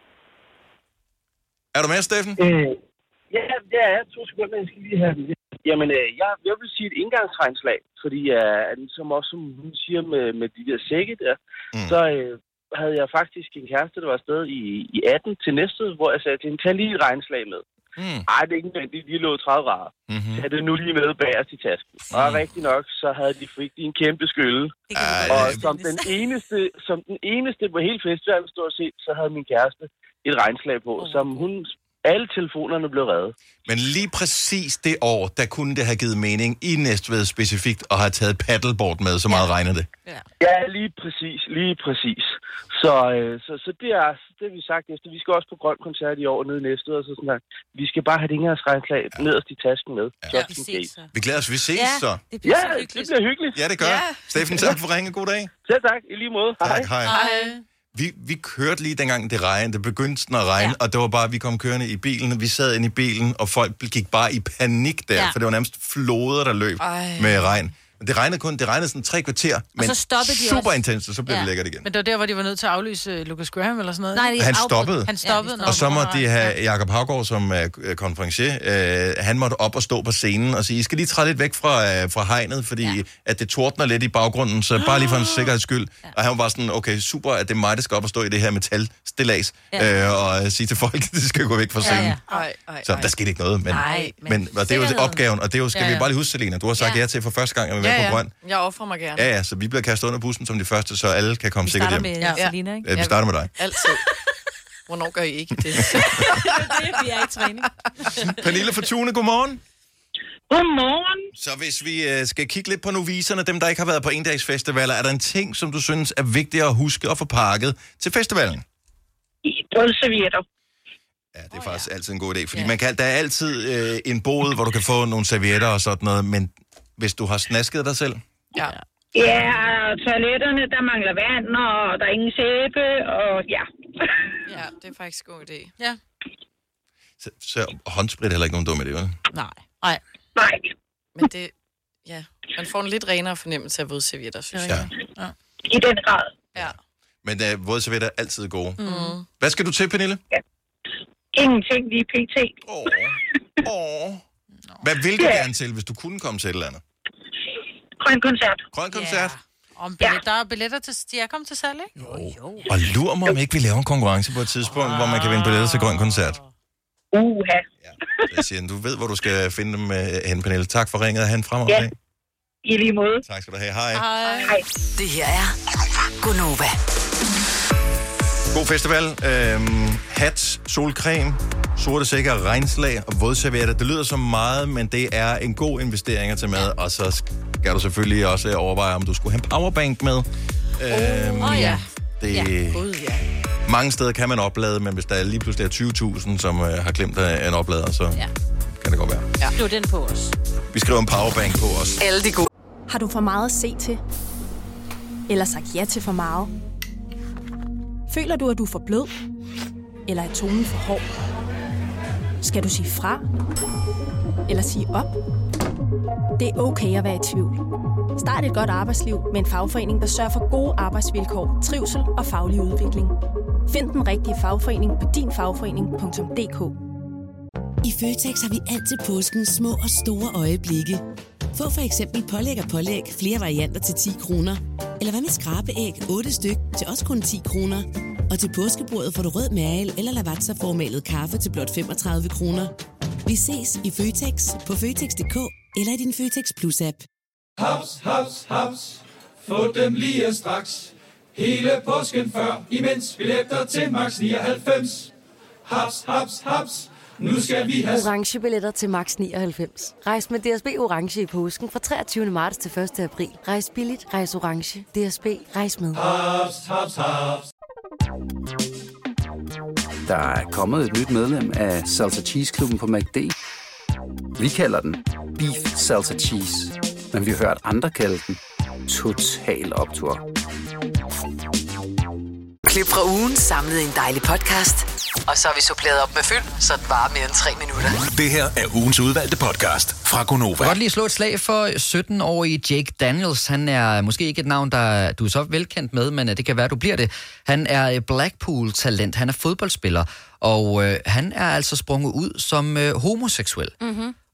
Er du med, Steffen? Øh, ja, det er jeg. To sekunder, jeg skal lige have den. Jamen, øh, jeg, jeg vil sige et indgangsregnslag, fordi øh, som også som hun siger med, med de der sække der, mm. så øh, havde jeg faktisk en kæreste, der var afsted i, i atten til næste, hvor jeg sagde til hende, tag lige et regnslag med. Mm. Ej, det er ikke nødvendigt. De lå tredive grader. Mm-hmm. Så det nu lige med bagerst i tasken. Mm. Og rigtig nok, så havde de fik de en kæmpe skylle. Og som den eneste, som den eneste på hele festivalen stort set, så havde min kæreste et regnslag på, oh. som hun... Alle telefonerne blev reddet. Men lige præcis det år, der kunne det have givet mening i Næstved specifikt at have taget paddleboard med, så meget ja. regner det. Ja. ja, lige præcis, lige præcis. Så, øh, så, så det er det, vi sagt efter. Vi skal også på grøn koncert i år nede i Næstved og så sådan her. Vi skal bare have det engangsregnslag ja. nederst i tasken med. Ja. Ja, vi, ses, vi glæder os, vi ses ja, så. Det bliver ja, så hyggeligt. Det bliver hyggeligt. Ja, det gør. Ja. Steffen, tak for ringen. God dag. Selv tak, i lige måde. Tak, hej. hej. hej. Vi, vi kørte lige dengang det regnede, det begyndte sådan at regne, ja. og det var bare, vi kom kørende i bilen, vi sad inde i bilen, og folk gik bare i panik der, ja. for det var nærmest floder, der løb Ej. med regn. Det regnede kun, det regnede sådan tre kvarter, men super intenst, og så blev ja. det lækkert igen. Men det var der, hvor de var nødt til at aflyse Lucas Graham eller sådan noget? Nej, han stoppede. Han stoppede. Ja, og så måtte de have Jakob Haugaard som uh, konferencier. Uh, han måtte op og stå på scenen og sige, I skal lige træde lidt væk fra, uh, fra hegnet, fordi ja. at det tordner lidt i baggrunden, så bare lige for en sikkerheds skyld. Ja. Og han var bare sådan, okay, super, at det er mig, der skal op og stå i det her metalstillads, ja. uh, og sige til folk, at de skal gå væk fra scenen. Ja, ja. Ej, ej, ej. Så der skete ikke noget, men, Ej, men, men og det er jo det opgaven, og det er jo, skal ja, ja. vi bare lige huske, Selina, du har sagt ja, ja til for første gang, at vi er med ja, på grøn. Jeg offrer mig gerne. Ja, ja, så vi bliver kastet under bussen som de første, så alle kan komme sikkert hjem. Vi starter med ja. Selina, ikke? Ja, vi starter med dig. Altid. Hvornår gør I ikke det? Vi er i træning. Pernille fra Tune, godmorgen. Godmorgen. Så hvis vi uh, skal kigge lidt på noviserne, dem der ikke har været på endagsfestivaler, er der en ting, som du synes er vigtigt at huske at få pakket til festivalen? Brødservietter. Ja, det er oh, faktisk ja. altid en god idé, fordi ja. man kan, der er altid øh, en bod, hvor du kan få nogle servietter og sådan noget, men hvis du har snasket dig selv? Ja. Ja, toiletterne, der mangler vand, og der er ingen sæbe, og ja. Ja, det er faktisk en god idé. Ja. Så, så håndsprit er heller ikke nogen dum idé, vel? Nej. Nej. Nej. Men det, ja, man får en lidt renere fornemmelse af vådservietter, synes ja. jeg. Ja. I den grad. Ja. Men uh, vådservietter er altid gode. Mm. Hvad skal du til, Pernille? Ja. Ingenting lige pt. Åh. Åh. Hvad vil du ja. gerne til, hvis du kunne komme til et eller andet? Grøn koncert. Grøn koncert? Ja. Om billet, ja. Der er billetter til, de er kommet til salg, ikke? Jo, jo. Og lur mig, om ikke vi laver en konkurrence på et tidspunkt, ah. hvor man kan vinde billetter til grøn koncert. Uha. Ja, jeg siger, du ved, hvor du skal finde dem uh, hen, Pernille. Tak for ringet, og have en fremragende ja. dag. I lige måde. Tak skal du have. Hej. Hej. Hej. Det her er Gonova. God festival. Øhm, hat, solcreme, sorte sækker, regnslag og vådservietter. Det lyder som meget, men det er en god investering at tage med. Og så skal du selvfølgelig også overveje, om du skulle have en powerbank med. Øhm, oh, ja. Det, ja. God, ja. Mange steder kan man oplade, men hvis der lige pludselig er tyve tusind, som øh, har glemt en oplader, så ja. kan det godt være. Ja. Skriv den på os. Vi skriver en powerbank på os. Alle de gode. Har du for meget at se til? Eller sagt ja til for meget? Føler du, at du er for blød? Eller er tonen for hård? Skal du sige fra? Eller sige op? Det er okay at være i tvivl. Start et godt arbejdsliv med en fagforening, der sørger for gode arbejdsvilkår, trivsel og faglig udvikling. Find den rigtige fagforening på din fagforening punktum d k. I Føtex har vi altid påskens små og store øjeblikke. Få for eksempel pålæg og pålæg flere varianter til ti kroner. Eller hvad med skrabeæg otte styk til også kun ti kroner. Og til påskebordet får du rød mal eller lavatserformalet kaffe til blot femogtredive kroner. Vi ses i Føtex på Føtex punktum d k eller i din Føtex Plus-app. Haps, haps, haps. Få dem lige straks. Hele påsken før, imens billetter til max nioghalvfems. Haps, haps, haps. Nu skal vi have orange billetter til max nioghalvfems. Rejs med D S B orange i påsken fra treogtyvende marts til første april. Rejs billigt, rejs orange. D S B, rejs med. Haps, haps, haps. Der er kommet et nyt medlem af Salsa Cheese Klubben på McD. Vi kalder den Beef Salsa Cheese, men vi har hørt andre kalde den Total Optur. Klip fra ugen samlet i en dejlig podcast. Og så har vi suppleret op med fyld, så det varer mere end tre minutter. Det her er ugens udvalgte podcast fra Gonova. Jeg kan godt lige slå et slag for sytten-årige Jake Daniels. Han er måske ikke et navn, der du er så velkendt med, men det kan være, du bliver det. Han er Blackpool-talent. Han er fodboldspiller, og øh, han er altså sprunget ud som øh, homoseksuel. Mm-hmm.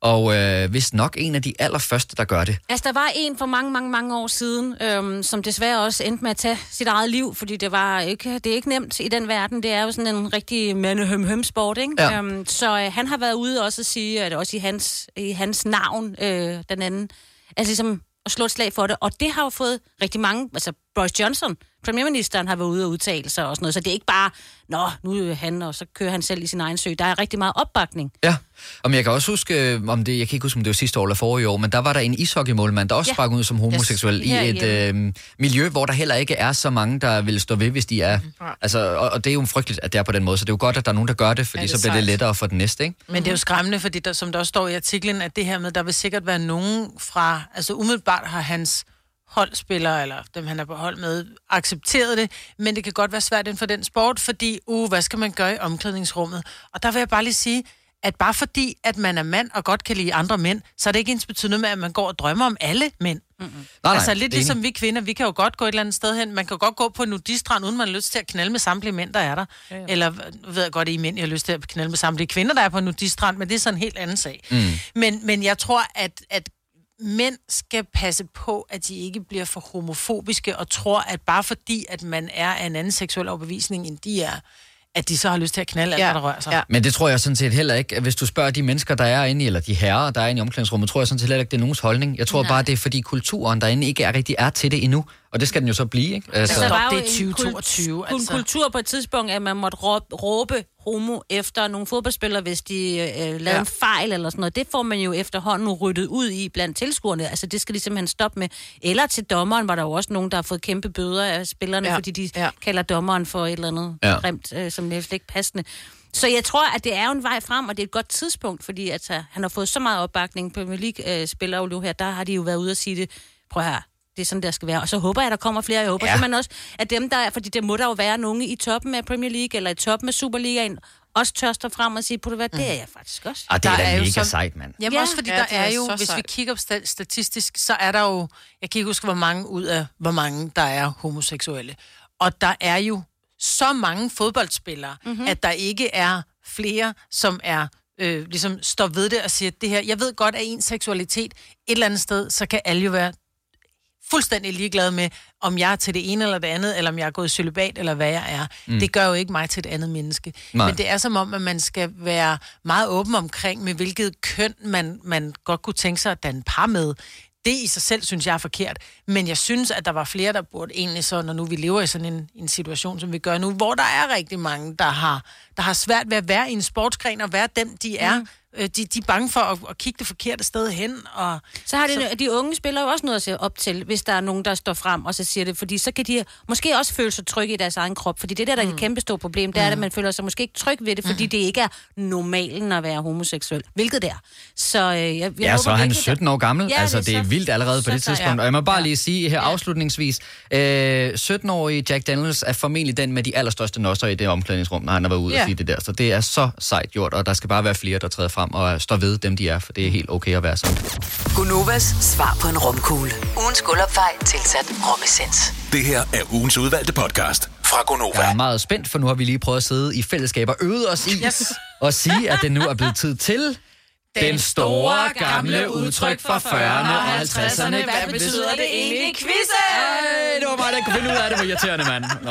Og øh, hvis nok en af de allerførste, der gør det. Altså, der var en for mange, mange, mange år siden, øhm, som desværre også endte med at tage sit eget liv, fordi det var ikke, det er ikke nemt i den verden. Det er jo sådan en rigtig mande-høm-høm-sport, ikke? Ja. Øhm, så øh, han har været ude også at sige, at også i hans, i hans navn, øh, den anden, altså ligesom at slå et slag for det. Og det har jo fået rigtig mange, altså Boris Johnson, premierministeren, har været ude og udtale sig og sådan noget. Så det er ikke bare, nå, nu er han, og så kører han selv i sin egen sø. Der er rigtig meget opbakning. Ja, og jeg kan også huske, om det, jeg kan ikke huske, om det var sidste år eller forrige år, men der var der en ishockeymålmand, der også ja. sprang ud som homoseksuel yes. i et øh, miljø, hvor der heller ikke er så mange, der vil stå ved, hvis de er. Mm. Altså, og, og det er jo frygteligt, at det er på den måde, så det er jo godt, at der er nogen, der gør det, fordi ja, det så bliver det lettere for den næste, ikke? Men det er jo skræmmende, fordi der, som der også står i artiklen, at det her med, der vil sikkert være nogen fra, altså umiddelbart har hans holdspillere, eller dem han er på hold med, accepteret det, men det kan godt være svært inden for den sport, fordi, uh, hvad skal man gøre i omklædningsrummet? Og der vil jeg bare lige sige, at bare fordi, at man er mand og godt kan lide andre mænd, så er det ikke ens betydende med, at man går og drømmer om alle mænd. Mm-hmm. Nej, altså lidt ligesom enig. Vi kvinder, vi kan jo godt gå et eller andet sted hen, man kan godt gå på en nudistrand, uden man har lyst til at knalde med samtlige mænd, der er der. Ja, ja. Eller, ved jeg godt, at I mænd, jeg har lyst til at knalde med samtlige kvinder, der er på en nudistrand, men det er sådan en helt anden sag. Mm. Men, men jeg tror, at, at mænd skal passe på, at de ikke bliver for homofobiske og tror, at bare fordi, at man er af en anden seksuel overbevisning, end de er, at de så har lyst til at knalde alt, ja. der rører sig. Ja. Men det tror jeg sådan set heller ikke. Hvis du spørger de mennesker, der er inde i, eller de herrer, der er inde i omklædningsrummet, tror jeg sådan set heller ikke, det er nogens holdning. Jeg tror Nej. bare, det er fordi kulturen derinde ikke er rigtig er til det endnu. Og det skal den jo så blive, ikke? Altså, altså der var jo det er tyve toogtyve, en altså. kultur på et tidspunkt, at man måtte råbe, råbe homo efter nogle fodboldspillere, hvis de øh, lavede ja. en fejl eller sådan noget. Det får man jo efterhånden ryddet ud i blandt tilskuerne. Altså, det skal de simpelthen stoppe med. Eller til dommeren var der jo også nogen, der har fået kæmpe bøder af spillerne, ja. fordi de ja. kalder dommeren for et eller andet ja. grimt, øh, som er slet ikke passende. Så jeg tror, at det er jo en vej frem, og det er et godt tidspunkt, fordi altså, han har fået så meget opbakning på Premier League-spillere jo nu her. Der har de jo været ude og sige det. Prøv her. Det er sådan, der skal være. Og så håber jeg, at der kommer flere. Jeg håber ja. man også, at dem, der er, fordi det må der jo være nogen i toppen af Premier League, eller i toppen af Superligaen, også tørster frem og siger, på det hvad, det er jeg faktisk også. Og det er der da er mega som, sejt, mand. Jamen ja. også fordi ja, der er, er jo, hvis sejt. vi kigger op statistisk, så er der jo, jeg kan ikke huske, hvor mange ud af, hvor mange der er homoseksuelle. Og der er jo så mange fodboldspillere, mm-hmm. at der ikke er flere, som er øh, ligesom står ved det og siger, det her, jeg ved godt, at ens seksualitet et eller andet sted, så kan alle jo være fuldstændig ligeglad med, om jeg er til det ene eller det andet, eller om jeg er gået i cølibat, eller hvad jeg er. Mm. Det gør jo ikke mig til et andet menneske. Nej. Men det er som om, at man skal være meget åben omkring, med hvilket køn man, man godt kunne tænke sig at danne par med. Det i sig selv, synes jeg er forkert. Men jeg synes, at der var flere, der burde egentlig så, når nu vi lever i sådan en, en situation, som vi gør nu, hvor der er rigtig mange, der har, der har svært ved at være i en sportsgren, og være dem, de er. Mm. De, de er bange for at, at kigge det forkerte sted hen. Og så har de, så... de unge spillere jo også noget at se op til, hvis der er nogen, der står frem og så siger det, fordi så kan de måske også føle sig trygge i deres egen krop, fordi det der, der er et kæmpe stort problem, det er, mm. at man føler sig måske ikke tryg ved det, fordi mm. det ikke er normalen at være homoseksuel, hvilket det er. Så øh, jeg, jeg ja, håber, så er han sytten år gammel, ja, altså det er, det er vildt allerede på det tidspunkt, ja. Og jeg må bare ja. lige sige her ja. afslutningsvis, øh, sytten-årige Jack Daniels er formentlig den med de allerstørste nosser i det omklædningsrum, når han har været ude ja. og sige det der, så det er så sejt gjort, og der skal bare være flere, der træder frem og står ved dem, de er, for det er helt okay at være sådan. Gunovas svar på en romkugle. Ugens guldopfej tilsat romessens. Det her er ugens udvalgte podcast fra Gunova. Jeg er meget spændt, for nu har vi lige prøvet at sidde i fællesskab og øvet os i yes. og sige, at det nu er blevet tid til den store gamle udtryk fra fyrrerne og halvtredserne. Hvad betyder det egentlig i quizzen? Ej, det var mig, der kunne finde ud af det, hvor irriterende, mand. Nå.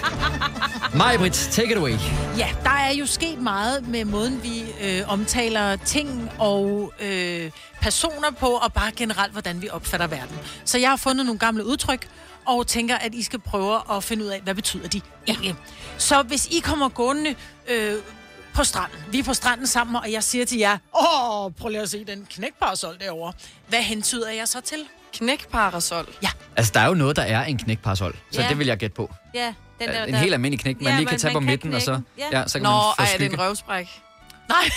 Maj-Brit, take it away. Ja, der er jo sket meget med måden, vi øh, omtaler ting og øh, personer på, og bare generelt, hvordan vi opfatter verden. Så jeg har fundet nogle gamle udtryk, og tænker, at I skal prøve at finde ud af, hvad betyder de egentlig. Ja. Så hvis I kommer gående øh, på stranden, vi er på stranden sammen, og jeg siger til jer, åh, prøv lige at se den knækparasol derovre. Hvad hentyder jeg så til? Knækparasol? Ja. Altså, der er jo noget, der er en knækparasol, så ja. det vil jeg gætte på. Ja. Den der, en der... helt almindelig knæk, man ja, lige kan tage på midten, knækken. Og så, ja. Ja, så kan Nå, man få ej, skygge. er det en røvspræk? Nej.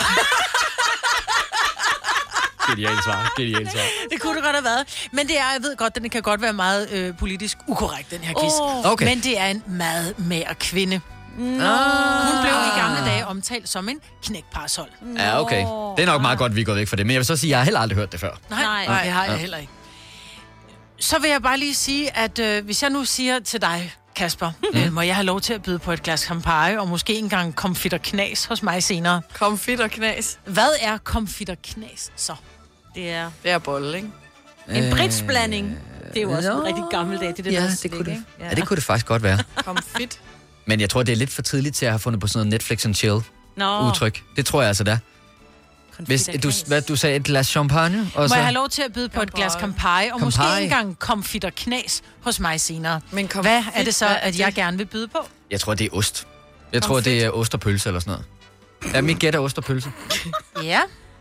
Genialt svar, genialt svar. Det kunne det godt have været. Men det er, jeg ved godt, den kan godt være meget øh, politisk ukorrekt, den her quiz. Oh. Okay. Men det er en meget mager kvinde. No. Hun blev i gamle dage omtalt som en knækparasol. No. Ja, okay. Det er nok meget godt, vi er gået væk fra det. Men jeg vil så sige, at jeg har heller aldrig hørt det før. Nej, Nej. Nej det har jeg ja. heller ikke. Så vil jeg bare lige sige, at øh, hvis jeg nu siger til dig, Kasper, mm. øh, må jeg have lov til at byde på et glas Campari, og måske engang komfit og knas hos mig senere? Komfit og knas? Hvad er komfit og knas så? Det er... Det er bolle, ikke? En britsblanding. Det er jo også Nå. en rigtig gammel dag. Det er det, Ja, der det slik, kunne det. ikke? Ja, det kunne det faktisk godt være. Komfit. Men jeg tror, det er lidt for tidligt til at have fundet på sådan noget Netflix and chill Nå. udtryk. Det tror jeg altså, der. Hvis du, hvad, du sagde et glas champagne? Og Må så... jeg have lov til at byde på et glas Campari, og Campari. måske engang komfit og knas hos mig senere? Men komfit, hvad er det så, hvad er at jeg det? gerne vil byde på? Jeg tror, det er ost. Jeg tror, Komfit. det er ost og pølse eller sådan noget. Ja, mit gæt er ost og pølse. Ja.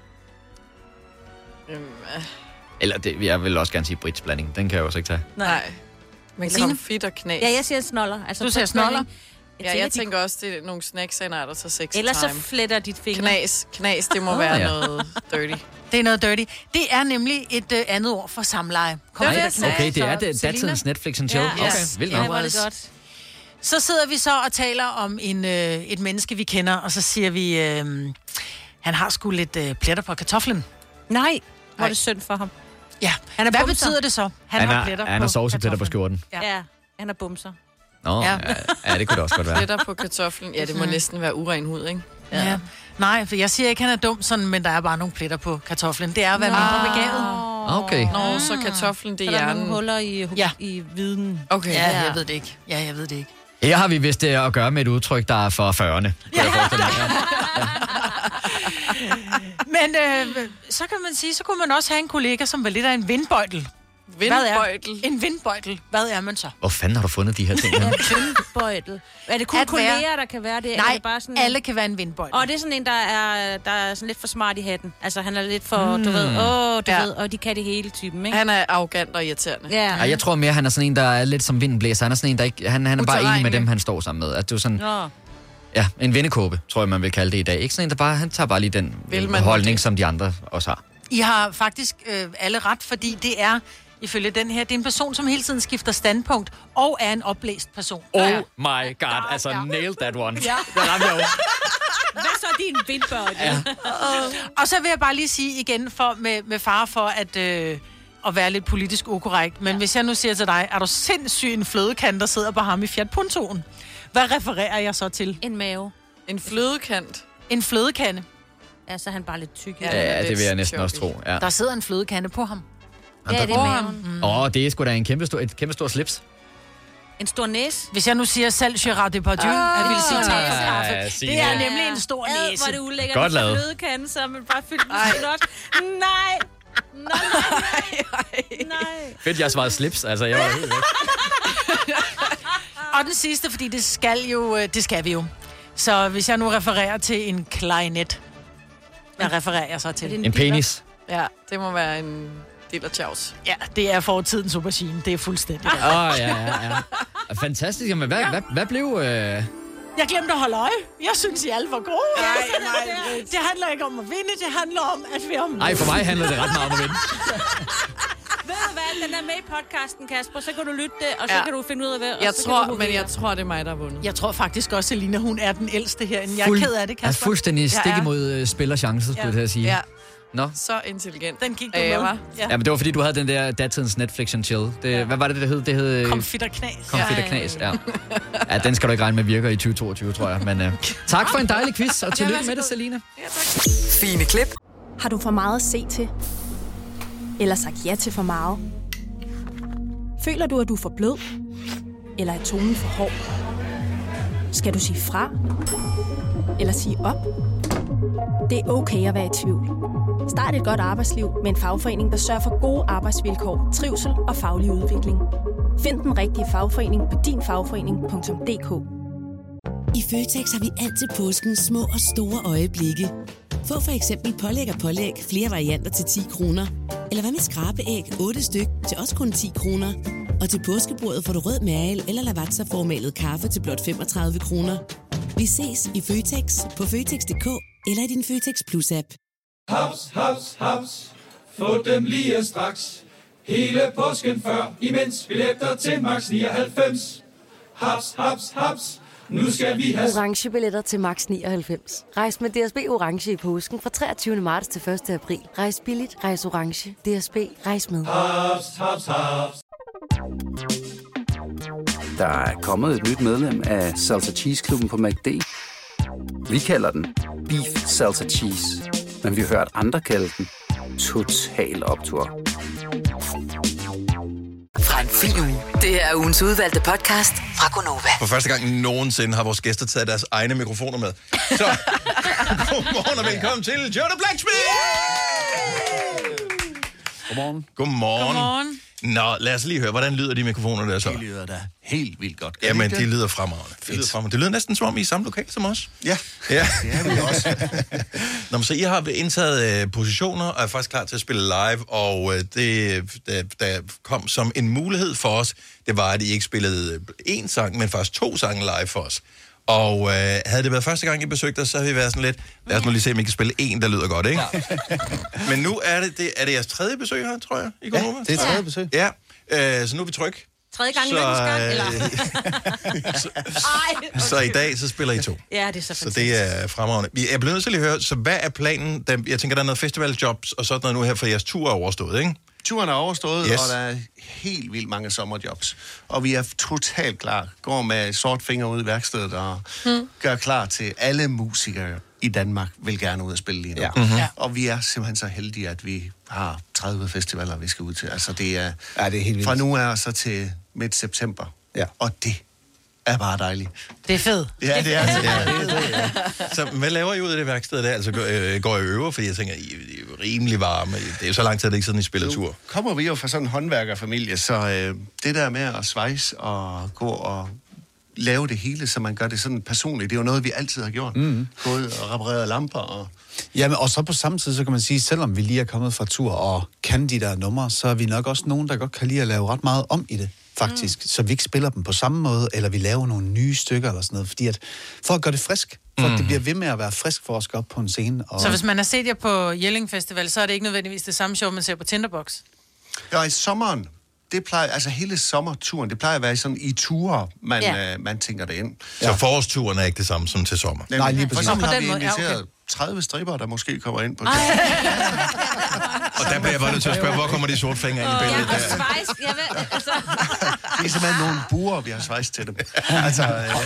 Eller det, jeg vil også gerne sige britsblanding. Den kan jeg også ikke tage. Nej. Men Signe? komfit og knas. Ja, jeg siger snoller. Altså Du siger snoller? Jeg ja, jeg de- tænker også, det er nogle snacksager, der tager sexy Ellers så time. fletter dit finger. Knas, knas, det må Ah, oh, være ja. ja. noget dirty. Det er noget dirty. Det er nemlig et øh, andet ord for samleje. Nej, Komfit og knas. okay, det er det, Selina? datidens Netflix and chill. Ja, Okay, yes. vildt Ja, nok. hvor er det godt. Så sidder vi så og taler om en, øh, et menneske, vi kender, og så siger vi, øh, han har sgu lidt øh, pletter på kartoflen. Nej, hvor er det synd for ham. Ja, Han er hvad bumser. betyder det så? Han, Han har har, pletter han på har sovsepletter på kartoflen. skjorten. Ja, han er bumser. Nå, Ja. ja. Ja, det kunne det også godt være. Pletter på kartoflen. Ja, det må Mhm. næsten være uren hud, ikke? Ja. ja. Nej, for jeg siger ikke, han er dum, sådan, men der er bare nogle pletter på kartoflen. Det er at være Nå. mindre begavet. Okay. Nå, så kartoflen, det Så er der er nogle hjernen. huller i, Ja. i viden. Okay. Ja, jeg ved det ikke. Ja, jeg ved det ikke. Her har vi vist det at gøre med et udtryk, der er for fyrrerne. Ja. Men øh, så kan man sige, så kunne man også have en kollega, som var lidt af en vindbøjtel. Vindbøjtel? En vindbøjtel. Hvad er man så? Hvor fanden har du fundet de her ting her? Vindbøjtel. Er det kun At være- kolleger, der kan være det? Nej, er det bare sådan alle kan være en vindbøjtel. Og det er sådan en, der er, der er sådan lidt for smart i hatten. Altså, han er lidt for, Mm. du ved, åh, du Ja. ved, og de kan det hele typen, ikke? Han er arrogant og irriterende. Ja. Ej, jeg tror mere, han er sådan en, der er lidt som vinden blæser. Han er sådan en, der ikke... Han, han er bare enig med Utilregnelig. dem, han står sammen med. At du er sådan... Nå. Ja, en vindekåbe, tror jeg, man vil kalde det i dag. Ikke sådan en, der bare... Han tager bare lige den Vil man holdning, som de andre også har. I har faktisk øh, alle ret, fordi det er, ifølge den her, det er en person, som hele tiden skifter standpunkt, og er en oplæst person. Oh my god, altså ja. Nailed that one. Ja. Det ramte jeg jo. Hvad så din vindbøjtel? Ja. Og så vil jeg bare lige sige igen, for, med, med fare for at, øh, at være lidt politisk ukorrekt, men ja. hvis jeg nu siger til dig, er du sindssyg en flødekant, der sidder på ham i Fiat Puntoen? Hvad refererer jeg så til? En mave. En flødekant. En flødekande. Ja, så er han bare lidt tyk. Ja, ja, det vil jeg næsten også tro. Ja. Der sidder en flødekande på ham. Ja, det er maven. Åh, mm. oh, det er sgu da en kæmpe stor, et kæmpe stor slips. En stor næse. Hvis jeg nu siger selv Gérard Depardieu, oh, jeg vil sige Ah, til Signe. det er nemlig en stor Ad, næse. hvor er det ulækkert. Godt lavet. Flødekande, så er man bare fyldt med snot. Nej. Nej, nej, nej. Fedt, jeg svarede slips. Altså, jeg var helt væk. Og den sidste, fordi det skal jo, øh, det skal vi jo. Så hvis jeg nu refererer til en klarinet, hvad refererer jeg så til? En penis. Ja, det må være en del af Chaus. Ja, det er fortidens aubergine. Det er fuldstændig. Åh, oh, ja, ja, ja. Fantastisk. Jamen, hvad, ja. hvad, hvad blev... Øh... Jeg glemte at holde øje. Jeg synes, I er alt for gode. Nej, nej, det handler ikke om at vinde, det handler om, at vi om... Ej, for mig handler det ret meget om at vinde. Ved du hvad, den er med i podcasten, Kasper. Så kan du lytte det, og så Ja. kan du finde ud af, hvad... og Jeg så kan tror, du men hovere. jeg tror, det er mig, der har vundet. Jeg tror faktisk også, Selina, hun er den ældste herinde. Jeg er Fuld- ked af det, er Kasper. fuldstændig stik Jeg er- imod uh, spillerchance, skulle Ja. jeg til at sige. Ja, Nå. så intelligent. Den gik du Øh, med. jeg var. Ja. Ja, men det var fordi, du havde den der datidens Netflix and chill. Det, ja. Hvad var det, det hed? Det hed... Komfit og knas. Konfit og knas, ja. Ja, den skal du ikke regne med virker i tyve toogtyve, tror jeg. Men uh, tak for en dejlig quiz, og tillykke med det, Selina. Fine klip. Har du for meget at se til? Eller sagt ja til for meget? Føler du, at du er for blød? Eller er tonen for hård? Skal du sige fra? Eller sige op? Det er okay at være i tvivl. Start et godt arbejdsliv med en fagforening, der sørger for gode arbejdsvilkår, trivsel og faglig udvikling. Find den rigtige fagforening på din fagforening punktum d k. I Føtex har vi altid påsken små og store øjeblikke. Få for eksempel pålæg og pålæg flere varianter til ti kroner. Eller hvad med skrabeæg otte styk til også kun ti kroner. Og til påskebordet får du rød mal eller lavatserformalet kaffe til blot femogtredive kroner. Vi ses i Føtex på Føtex punktum d k eller i din Føtex Plus-app. Haps, haps, haps. Få dem lige straks. Hele påsken før, imens billetter til max nioghalvfems. Haps, haps, haps. Nu skal vi have... Orange billetter til max nioghalvfems. Rejs med D S B Orange i påsken fra treogtyvende marts til første april. Rejs billigt, rejs orange. D S B, rejs med. Haps, haps, haps. Der er kommet et nyt medlem af Salsa Cheese Klubben på McD. Vi kalder den Beef Salsa Cheese, men vi har hørt andre kalde den Total Optur. Fra en fin uge. Det er ugens udvalgte podcast fra Gonova. For første gang nogensinde har vores gæster taget deres egne mikrofoner med. Så, godmorgen og velkommen til Jonah Blacksmith! Godmorgen. Godmorgen. Godmorgen. Nå, lad os lige høre, hvordan lyder de mikrofoner der så? De lyder da helt vildt godt. Jamen, de lyder fremragende. De lyder fremragende. Det lyder næsten som om I er samme lokal som os. Ja, ja. det er vi også. Nå, men så I har indtaget øh, positioner og er faktisk klar til at spille live, og øh, det, der, der kom som en mulighed for os, det var, at I ikke spillede én sang, men faktisk to sange live for os. Og øh, havde det været første gang, I besøgte os, så havde vi været sådan lidt, lad os nu lige se, om I kan spille en, der lyder godt, ikke? Ja. Men nu er det, det, er det jeres tredje besøg her, tror jeg, i går? Ja, det er tredje besøg. Ja, øh, så nu er vi tryg. Tredje gang i lykkens gang, eller? så, okay. så i dag, så spiller I to. Ja, det er så fantastisk. Så det er fremragende. Jeg er blevet nødt til at lige høre, så hvad er planen? Der, jeg tænker, der er noget festivaljobs og sådan noget nu her, for jeres tur er overstået, ikke? Turen er overstået, yes. Og der er helt vildt mange sommerjobs. Og vi er totalt klar. Går med sort finger ud i værkstedet og hmm. gør klar til alle musikere i Danmark vil gerne ud og spille lige nu. Ja. Mm-hmm. Og vi er simpelthen så heldige, at vi har tredive festivaler, vi skal ud til. Altså det er, ja, det er helt vildt. Fra nu af så til midt september. Ja. Og det er bare dejligt. Det er fedt. Ja, det er det. Er, det, er, det er. Så hvad laver I ud af det værksted der? Altså øh, går I øver, fordi jeg tænker, I er rimelig varme. Det er jo så lang tid, at det ikke sådan, I spiller tur. Nu kommer vi jo fra sådan en håndværkerfamilie, så øh, det der med at svejse og gå og lave det hele, så man gør det sådan personligt, det er jo noget, vi altid har gjort. Mm. Gået og repareret lamper og... Jamen, og så på samme tid, så kan man sige, selvom vi lige er kommet fra tur og kan de der numre, så er vi nok også nogen, der godt kan lide at lave ret meget om i det, faktisk. Mm. Så vi ikke spiller dem på samme måde, eller vi laver nogle nye stykker eller sådan noget, fordi at, for at gøre det frisk, for mm. at det bliver ved med at være frisk for os at gå op på en scene. Og... Så hvis man har set jer på Jelling Festival, så er det ikke nødvendigvis det samme show, man ser på Tinderbox? Ja, i sommeren, det plejer, altså hele sommerturen, det plejer at være sådan i ture, man, ja. øh, man tænker det ind. Så ja. Forårsturen er ikke det samme som til sommer? Nej, lige præcis. For eksempel har vi inviteret ja, okay. tredive stripper, der måske kommer ind på det. Og der bliver jeg bare nødt til at spørge, hvor kommer de sorte fingre ind i billedet? Ja, og svejs, jeg ved, altså... Det er simpelthen nogle buer, vi har svejst til dem. Altså...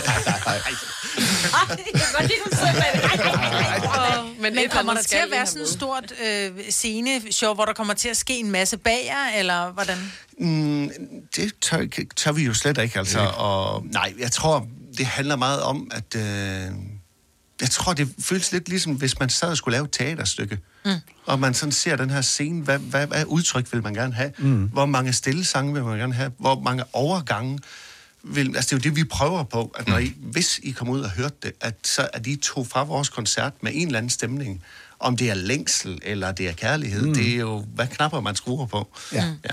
Men, Men kommer der til at være sådan et stort øh, sceneshow, hvor der kommer til at ske en masse bag jer, eller hvordan? Mm, det tør, tør vi jo slet ikke, altså. Og, nej, jeg tror, det handler meget om, at... Øh, jeg tror, det føles lidt ligesom, hvis man sad og skulle lave et teaterstykke. Mm. Og man sådan ser den her scene, hvad, hvad, hvad udtryk vil man gerne have? Mm. Hvor mange stille sange vil man gerne have? Hvor mange overgange vil... Altså, det er jo det, vi prøver på, at når I, hvis I kommer ud og hørte det, at så er de to fra vores koncert med en eller anden stemning. Om det er længsel, eller det er kærlighed, mm. det er jo, hvad knapper man skruer på. Ja. Ja.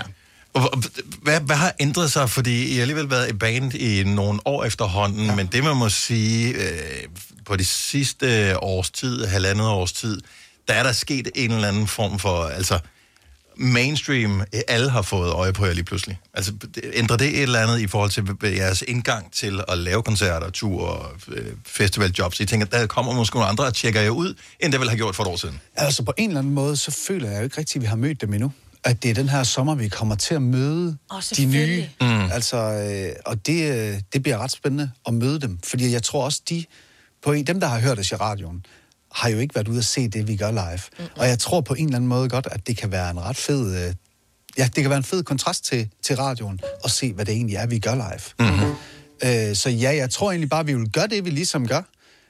Hvad, hvad har ændret sig? Fordi I har alligevel været i band i nogle år efterhånden, ja. Men det man må sige, øh, på de sidste års tid, halvandet års tid, der er der sket en eller anden form for, altså mainstream, alle har fået øje på jer lige pludselig. Altså ændrer det et eller andet i forhold til jeres indgang til at lave koncerter, ture og øh, festivaljobs? I tænker, der kommer måske nogle andre og tjekker jer ud, end det ville have gjort for et år siden? Altså på en eller anden måde, så føler jeg jo ikke rigtigt, at vi har mødt dem endnu. At det er den her sommer, vi kommer til at møde oh, de nye. Mm. Altså, øh, og det, det bliver ret spændende at møde dem. Fordi jeg tror også, de, på en, dem, der har hørt os i radioen, har jo ikke været ude at se det, vi gør live. Mm-hmm. Og jeg tror på en eller anden måde godt, at det kan være en ret fed... Øh, ja, det kan være en fed kontrast til, til radioen, og se, hvad det egentlig er, vi gør live. Mm-hmm. Øh, så ja, jeg tror egentlig bare, vi vil gøre det, vi ligesom gør.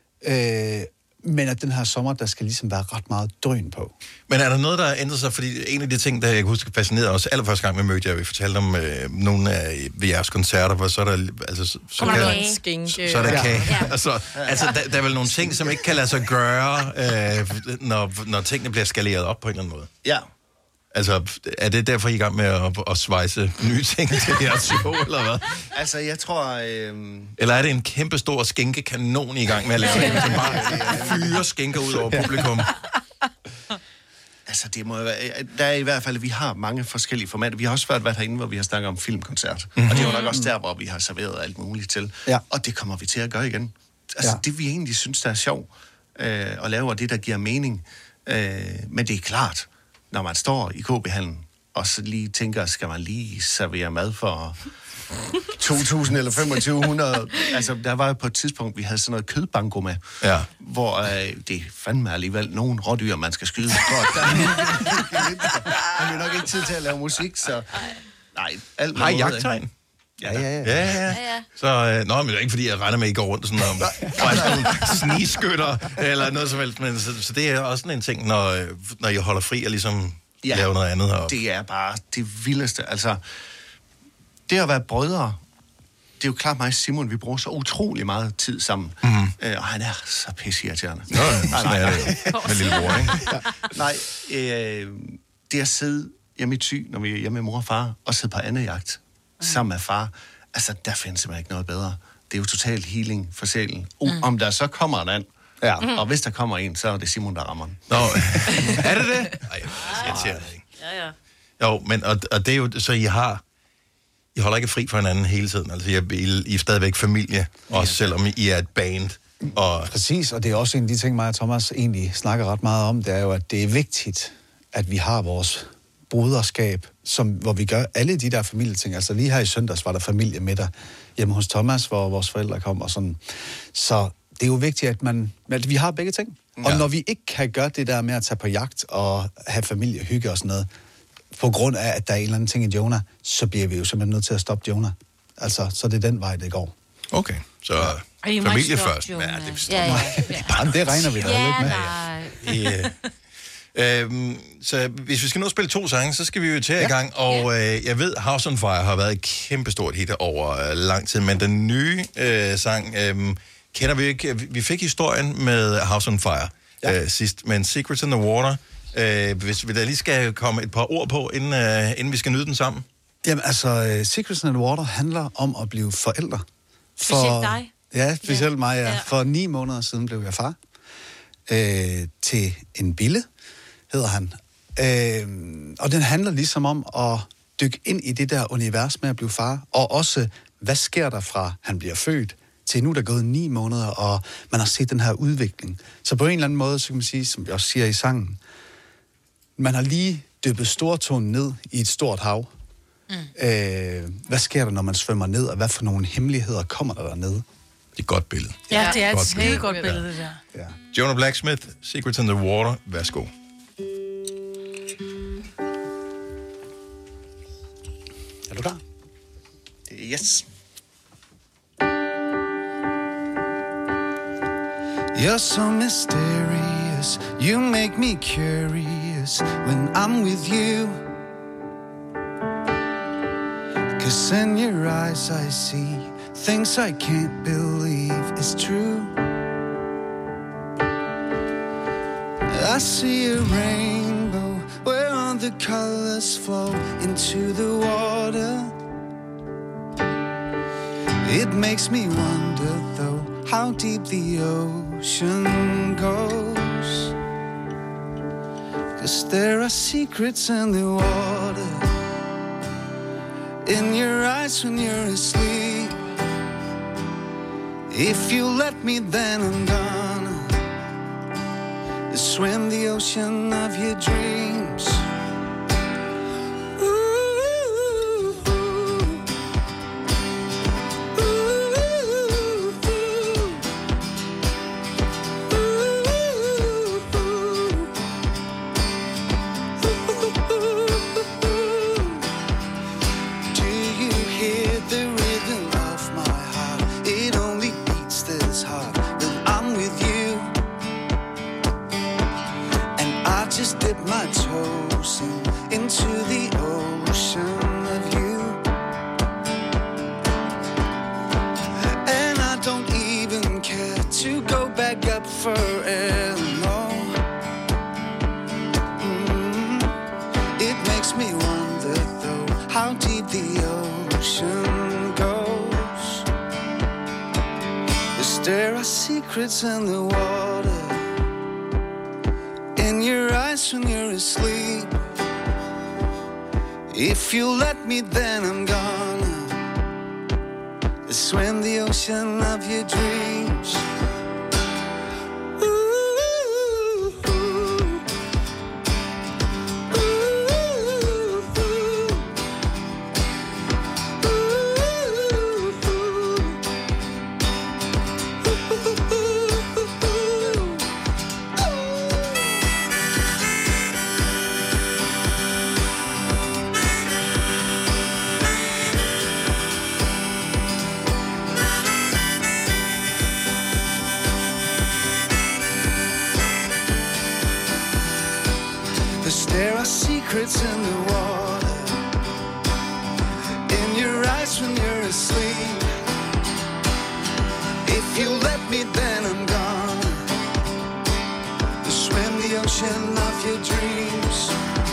Øh, Men at den her sommer, der skal ligesom være ret meget drøn på. Men er der noget, der ændrer sig? Fordi en af de ting, der jeg kan huske fascinerede os allerførste gang, vi mødte jer, vi fortalte om øh, nogle af ved jeres koncerter, hvor så er der... Altså, så, så, kan, så, så er der kage. Ja. altså, altså der, der er vel nogle ting, som ikke kan lade sig gøre, øh, når, når tingene bliver skaleret op på en eller anden måde. Ja. Altså, er det derfor, I er i gang med at, at svejse nye ting til jeres show, eller hvad? Altså, jeg tror... Øh... Eller er det en kæmpe stor skænkekanon, I er gang med at lave, som bare fyre skænker ud over publikum? Altså, det må være... Der er i hvert fald, vi har mange forskellige formater. Vi har også været, været herinde, hvor vi har snakket om filmkoncert. Mm-hmm. Og det er jo nok også der, hvor vi har serveret alt muligt til. Ja. Og det kommer vi til at gøre igen. Altså, ja. Det vi egentlig synes, der er sjov øh, at lave, og det, der giver mening. Øh, men det er klart... Når man står i K B-hallen, og så lige tænker, skal man lige servere mad for to tusind eller femogtyve hundrede. Altså, der var jo på et tidspunkt, vi havde sådan noget kødbanko med, ja. hvor øh, det fandme alligevel nogen rådyr, man skal skyde. Der har vi nok ikke tid til at lave musik, så... Nej, alt Har I jagttegn? Ja, ja, ja. ja, ja. Så, øh, nå, men det er ikke, fordi jeg regner med, at I går rundt og sådan noget, og er sådan nogle snigskytter, eller noget som helst, men så, så det er også sådan en ting, når, når I holder fri og ligesom ja, laver noget andet. Og... det er bare det vildeste. Altså, det at være brødre, det er jo klart mig og Simon, vi bruger så utrolig meget tid sammen, mm-hmm. øh, og han er så pisseirriterende. Nå, sådan nej, er det jo med lillebror, ikke? Ja. Nej, øh, det at sidde hjemme i Thy, når vi er hjemme med mor og far, og sidde på andet jagt sammen med far, altså, der findes simpelthen ikke noget bedre. Det er jo total healing for sjælen. Uh, mm. Om der så kommer en and, ja. mm. og hvis der kommer en, så er det Simon, der rammer den. Nå, er det det? Ej, jeg siger det ikke. Ja, ja. Jo, men, og, og det er jo, så I har, I holder ikke fri for hinanden hele tiden, altså I er, I er stadigvæk familie, også selvom I er et band. Og... Præcis, og det er også en af de ting, mig og Thomas egentlig snakker ret meget om, det er jo, at det er vigtigt, at vi har vores broderskab, som, hvor vi gør alle de der familieting. Altså lige her i søndags var der familiemiddag hjemme hos Thomas, hvor vores forældre kom og sådan. Så det er jo vigtigt, at, man, at vi har begge ting. Ja. Og når vi ikke kan gøre det der med at tage på jagt og have familiehygge og sådan noget, på grund af, at der er en eller anden ting i Jonah, så bliver vi jo simpelthen nødt til at stoppe Jonah. Altså, så det er den vej, det går. Okay, så ja. Familie først. Ja, det forstår ja, ja, ja. Jamen, det regner vi da ja, lidt med. Nej. Yeah. Øhm, så hvis vi skal nå at spille to sange, så skal vi jo til ja. i gang. Og øh, jeg ved, House on Fire har været et kæmpestort hit over øh, lang tid, men den nye øh, sang øh, kender vi ikke. Vi fik historien med House on Fire ja. øh, sidst, men Secrets in the Water. Øh, hvis vi da lige skal komme et par ord på, inden, øh, inden vi skal nyde den sammen. Jamen altså, uh, Secrets in the Water handler om at blive forældre. For, specielt dig? Ja, specielt ja. mig, ja. ja. For ni måneder siden blev jeg far. Øh, til en bille, hedder han. Øh, og den handler ligesom om at dykke ind i det der univers med at blive far. Og også, hvad sker der fra, han bliver født, til nu der er gået ni måneder, og man har set den her udvikling. Så på en eller anden måde, så kan man sige, som jeg også siger i sangen, man har lige dyppet stortåen ned i et stort hav. Mm. Øh, hvad sker der, når man svømmer ned, og hvad for nogle hemmeligheder kommer der dernede? Det er et godt billede. Ja, det er et skide godt billede, det der. Ja. Jonah Blacksmith, Secrets in the Water. Værsgo. Er du klar? Yes. You're so mysterious, you make me curious when I'm with you. 'Cause in your eyes I see things I can't believe is true. I see a rainbow where all the colors flow into the water. It makes me wonder though how deep the ocean goes. 'Cause there are secrets in the water, in your eyes when you're asleep. If you let me, then I'm gonna swim the ocean of your dreams. Secrets in the water, in your eyes when you're asleep. If you let me, then I'm gonna swim the ocean of your dreams. secrets in the water, in your eyes when you're asleep. If you let me, then I'm gone. Swim the ocean of your dreams.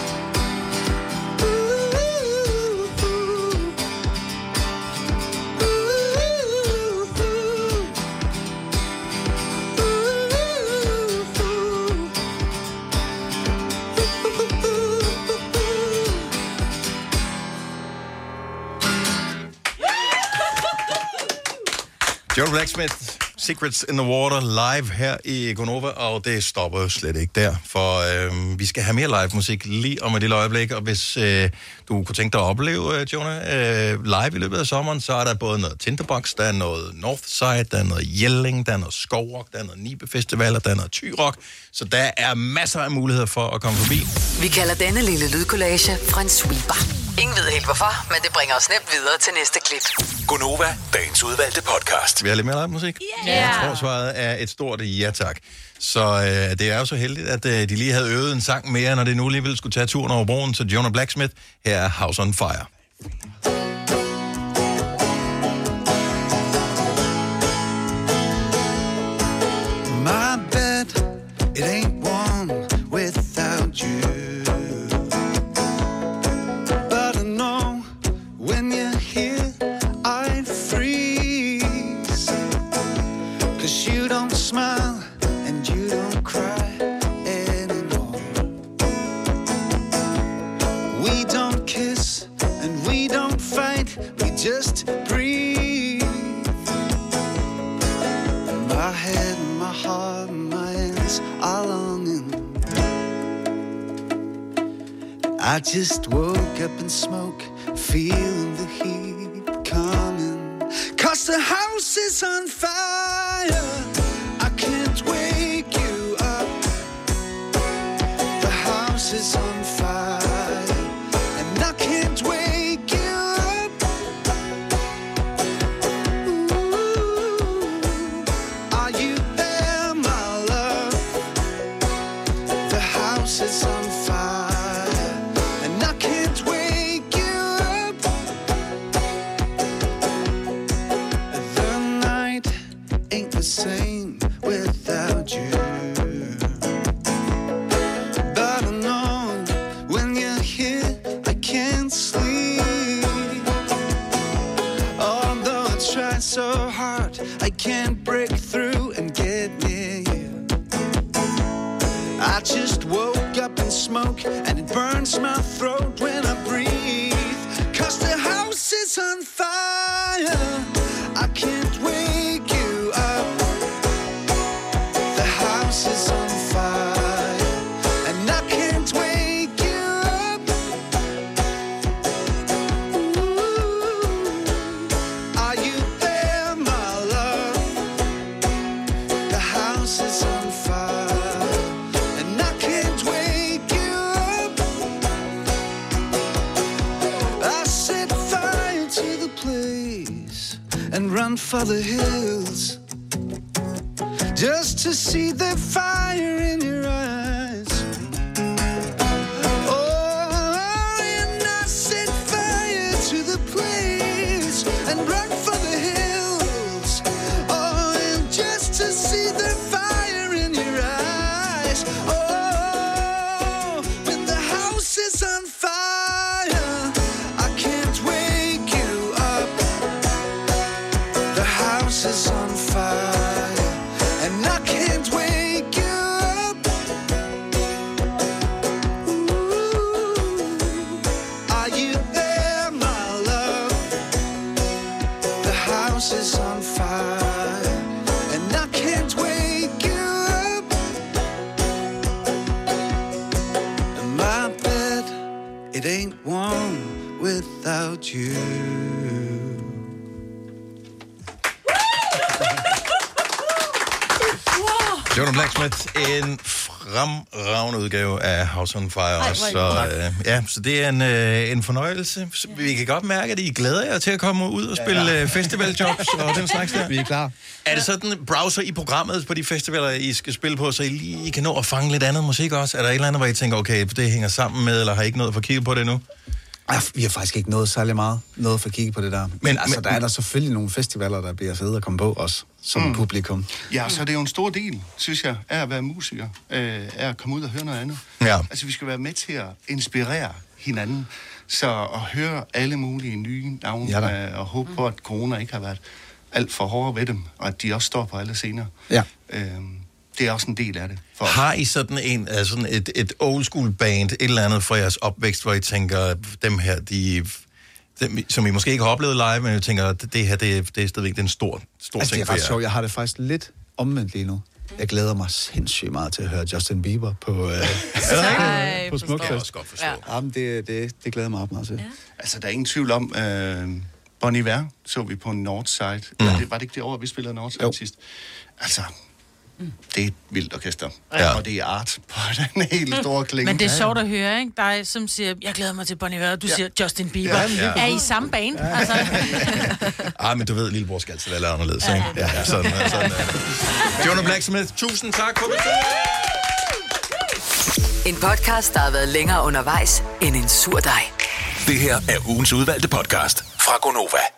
Joe Blacksmith, Secrets in the Water, live her i Gonova, og det stopper jo slet ikke der, for øh, vi skal have mere live musik lige om et lille øjeblik, og hvis øh, du kunne tænke dig at opleve, øh, Jonah, øh, live i løbet af sommeren, så er der både noget Tinderbox, der er noget Northside, der er noget Jelling, der er noget Skovrock, der er noget Nibe Festival, og der er noget Thyrock, så der er masser af muligheder for at komme forbi. Vi kalder denne lille lydkollage en sweeper. Ingen ved helt hvorfor, men det bringer os nemt videre til næste klip. Gonova, dagens udvalgte podcast. Vi har lidt mere live musik? Yeah. Jeg tror, svaret er et stort ja tak. Så øh, det er jo så heldigt, at øh, de lige havde øvet en sang mere, når det nu alligevel skulle tage turen over broen til Jonah Blacksmith. Her er House on Fire. My bed, it ain't warm without you. But I know when you're here, I freeze. 'Cause you don't smile and you don't cry anymore. We don't kiss and we don't fight, we just breathe. My head, my heart, my hands are longing. I just woke up in smoke, feeling the heat coming. 'Cause the house is on fire, I can't wake you up. The house is on fire, and I can't wake you up. Ooh, are you there, my love? The house is on fire, and I can't wake you up. The night ain't the same without you. But I know when you're here, I can't sleep. Although I try so hard, I can't break through and get near you. I just woke up in smoke, and it burns my throat when I breathe. 'Cause the house is on fire, I can't wake you up. The house is on fire, and I can't wake you up. Ooh, are you there, my love? The house is on fire, and I can't wake you up. I set fire to the place and run for the hills, just to see the fire in your eyes. Oh, and I set fire to the place and run for the hills. Oh, and just to see the fire in your eyes. Oh, when the house is on fire, I can't wake you up. The house is on fire, and I can't wake you up. Ooh, are you there, my love? The house is on fire, and I can't wake you up. My bed, it ain't warm without you. Jonah Blacksmith, en fremragende udgave af House on Fire også. Så, øh, ja, så det er en, øh, en fornøjelse. Så vi kan godt mærke, at I glæder jer til at komme ud og spille ja, ja. festivaljobs og den slags der. Vi er klar. Er det sådan browser i programmet på de festivaler, I skal spille på, så I lige kan nå at fange lidt andet musik også? Er der et eller andet, hvor I tænker, okay, det hænger sammen med, eller har I ikke noget for at kigge på det nu? Ja, vi har faktisk ikke nået særlig meget noget for at kigge på det der. Men, men altså, men, der er der selvfølgelig nogle festivaler, der bliver fede at komme på også, som mm. publikum. Ja, så det er jo en stor del, synes jeg, af at være musiker. Øh, af at komme ud og høre noget andet. Ja. Altså, vi skal være med til at inspirere hinanden. Så at høre alle mulige nye navne, ja, øh, og håbe på, at corona ikke har været alt for hårde ved dem, og at de også står på alle scener. Ja. Øh, det er også en del af det. For har I sådan en, altså sådan et, et old school band, et eller andet fra jeres opvækst, hvor I tænker, dem her, de, dem, som I måske ikke har oplevet live, men I tænker, det her, det, det er stadigvæk en stor, stor altså, ting det er for jer? sjovt. Jeg har det faktisk lidt omvendt lige nu. Jeg glæder mig sindssygt meget til at høre Justin Bieber på, øh, Ej, på Smukfest. Jeg også godt forstå. Ja. Jamen, det, det, det glæder mig op meget til. Ja. Altså, der er ingen tvivl om, øh, Bon Iver så vi på Northside. Mm. Ja, det, var det ikke det år, vi spillede Northside jo. sidst? Altså, mm. det er et vildt orkester. Ja. Og det er art på den helt store klinge. Men det er sjovt at høre, ikke? Dig, som siger, jeg glæder mig til Bon Iver, og du ja. siger Justin Bieber. Ja, ja. Er I samme band? Ja. Altså. Ah, men du ved, lillebror skal altid være lidt anderledes, ja, ikke? Ja, ja, sådan, sådan er det. Jonah Blacksmith, tusind tak for besøget. En podcast, der har været længere undervejs end en sur dej. Det her er ugens udvalgte podcast fra Gonova.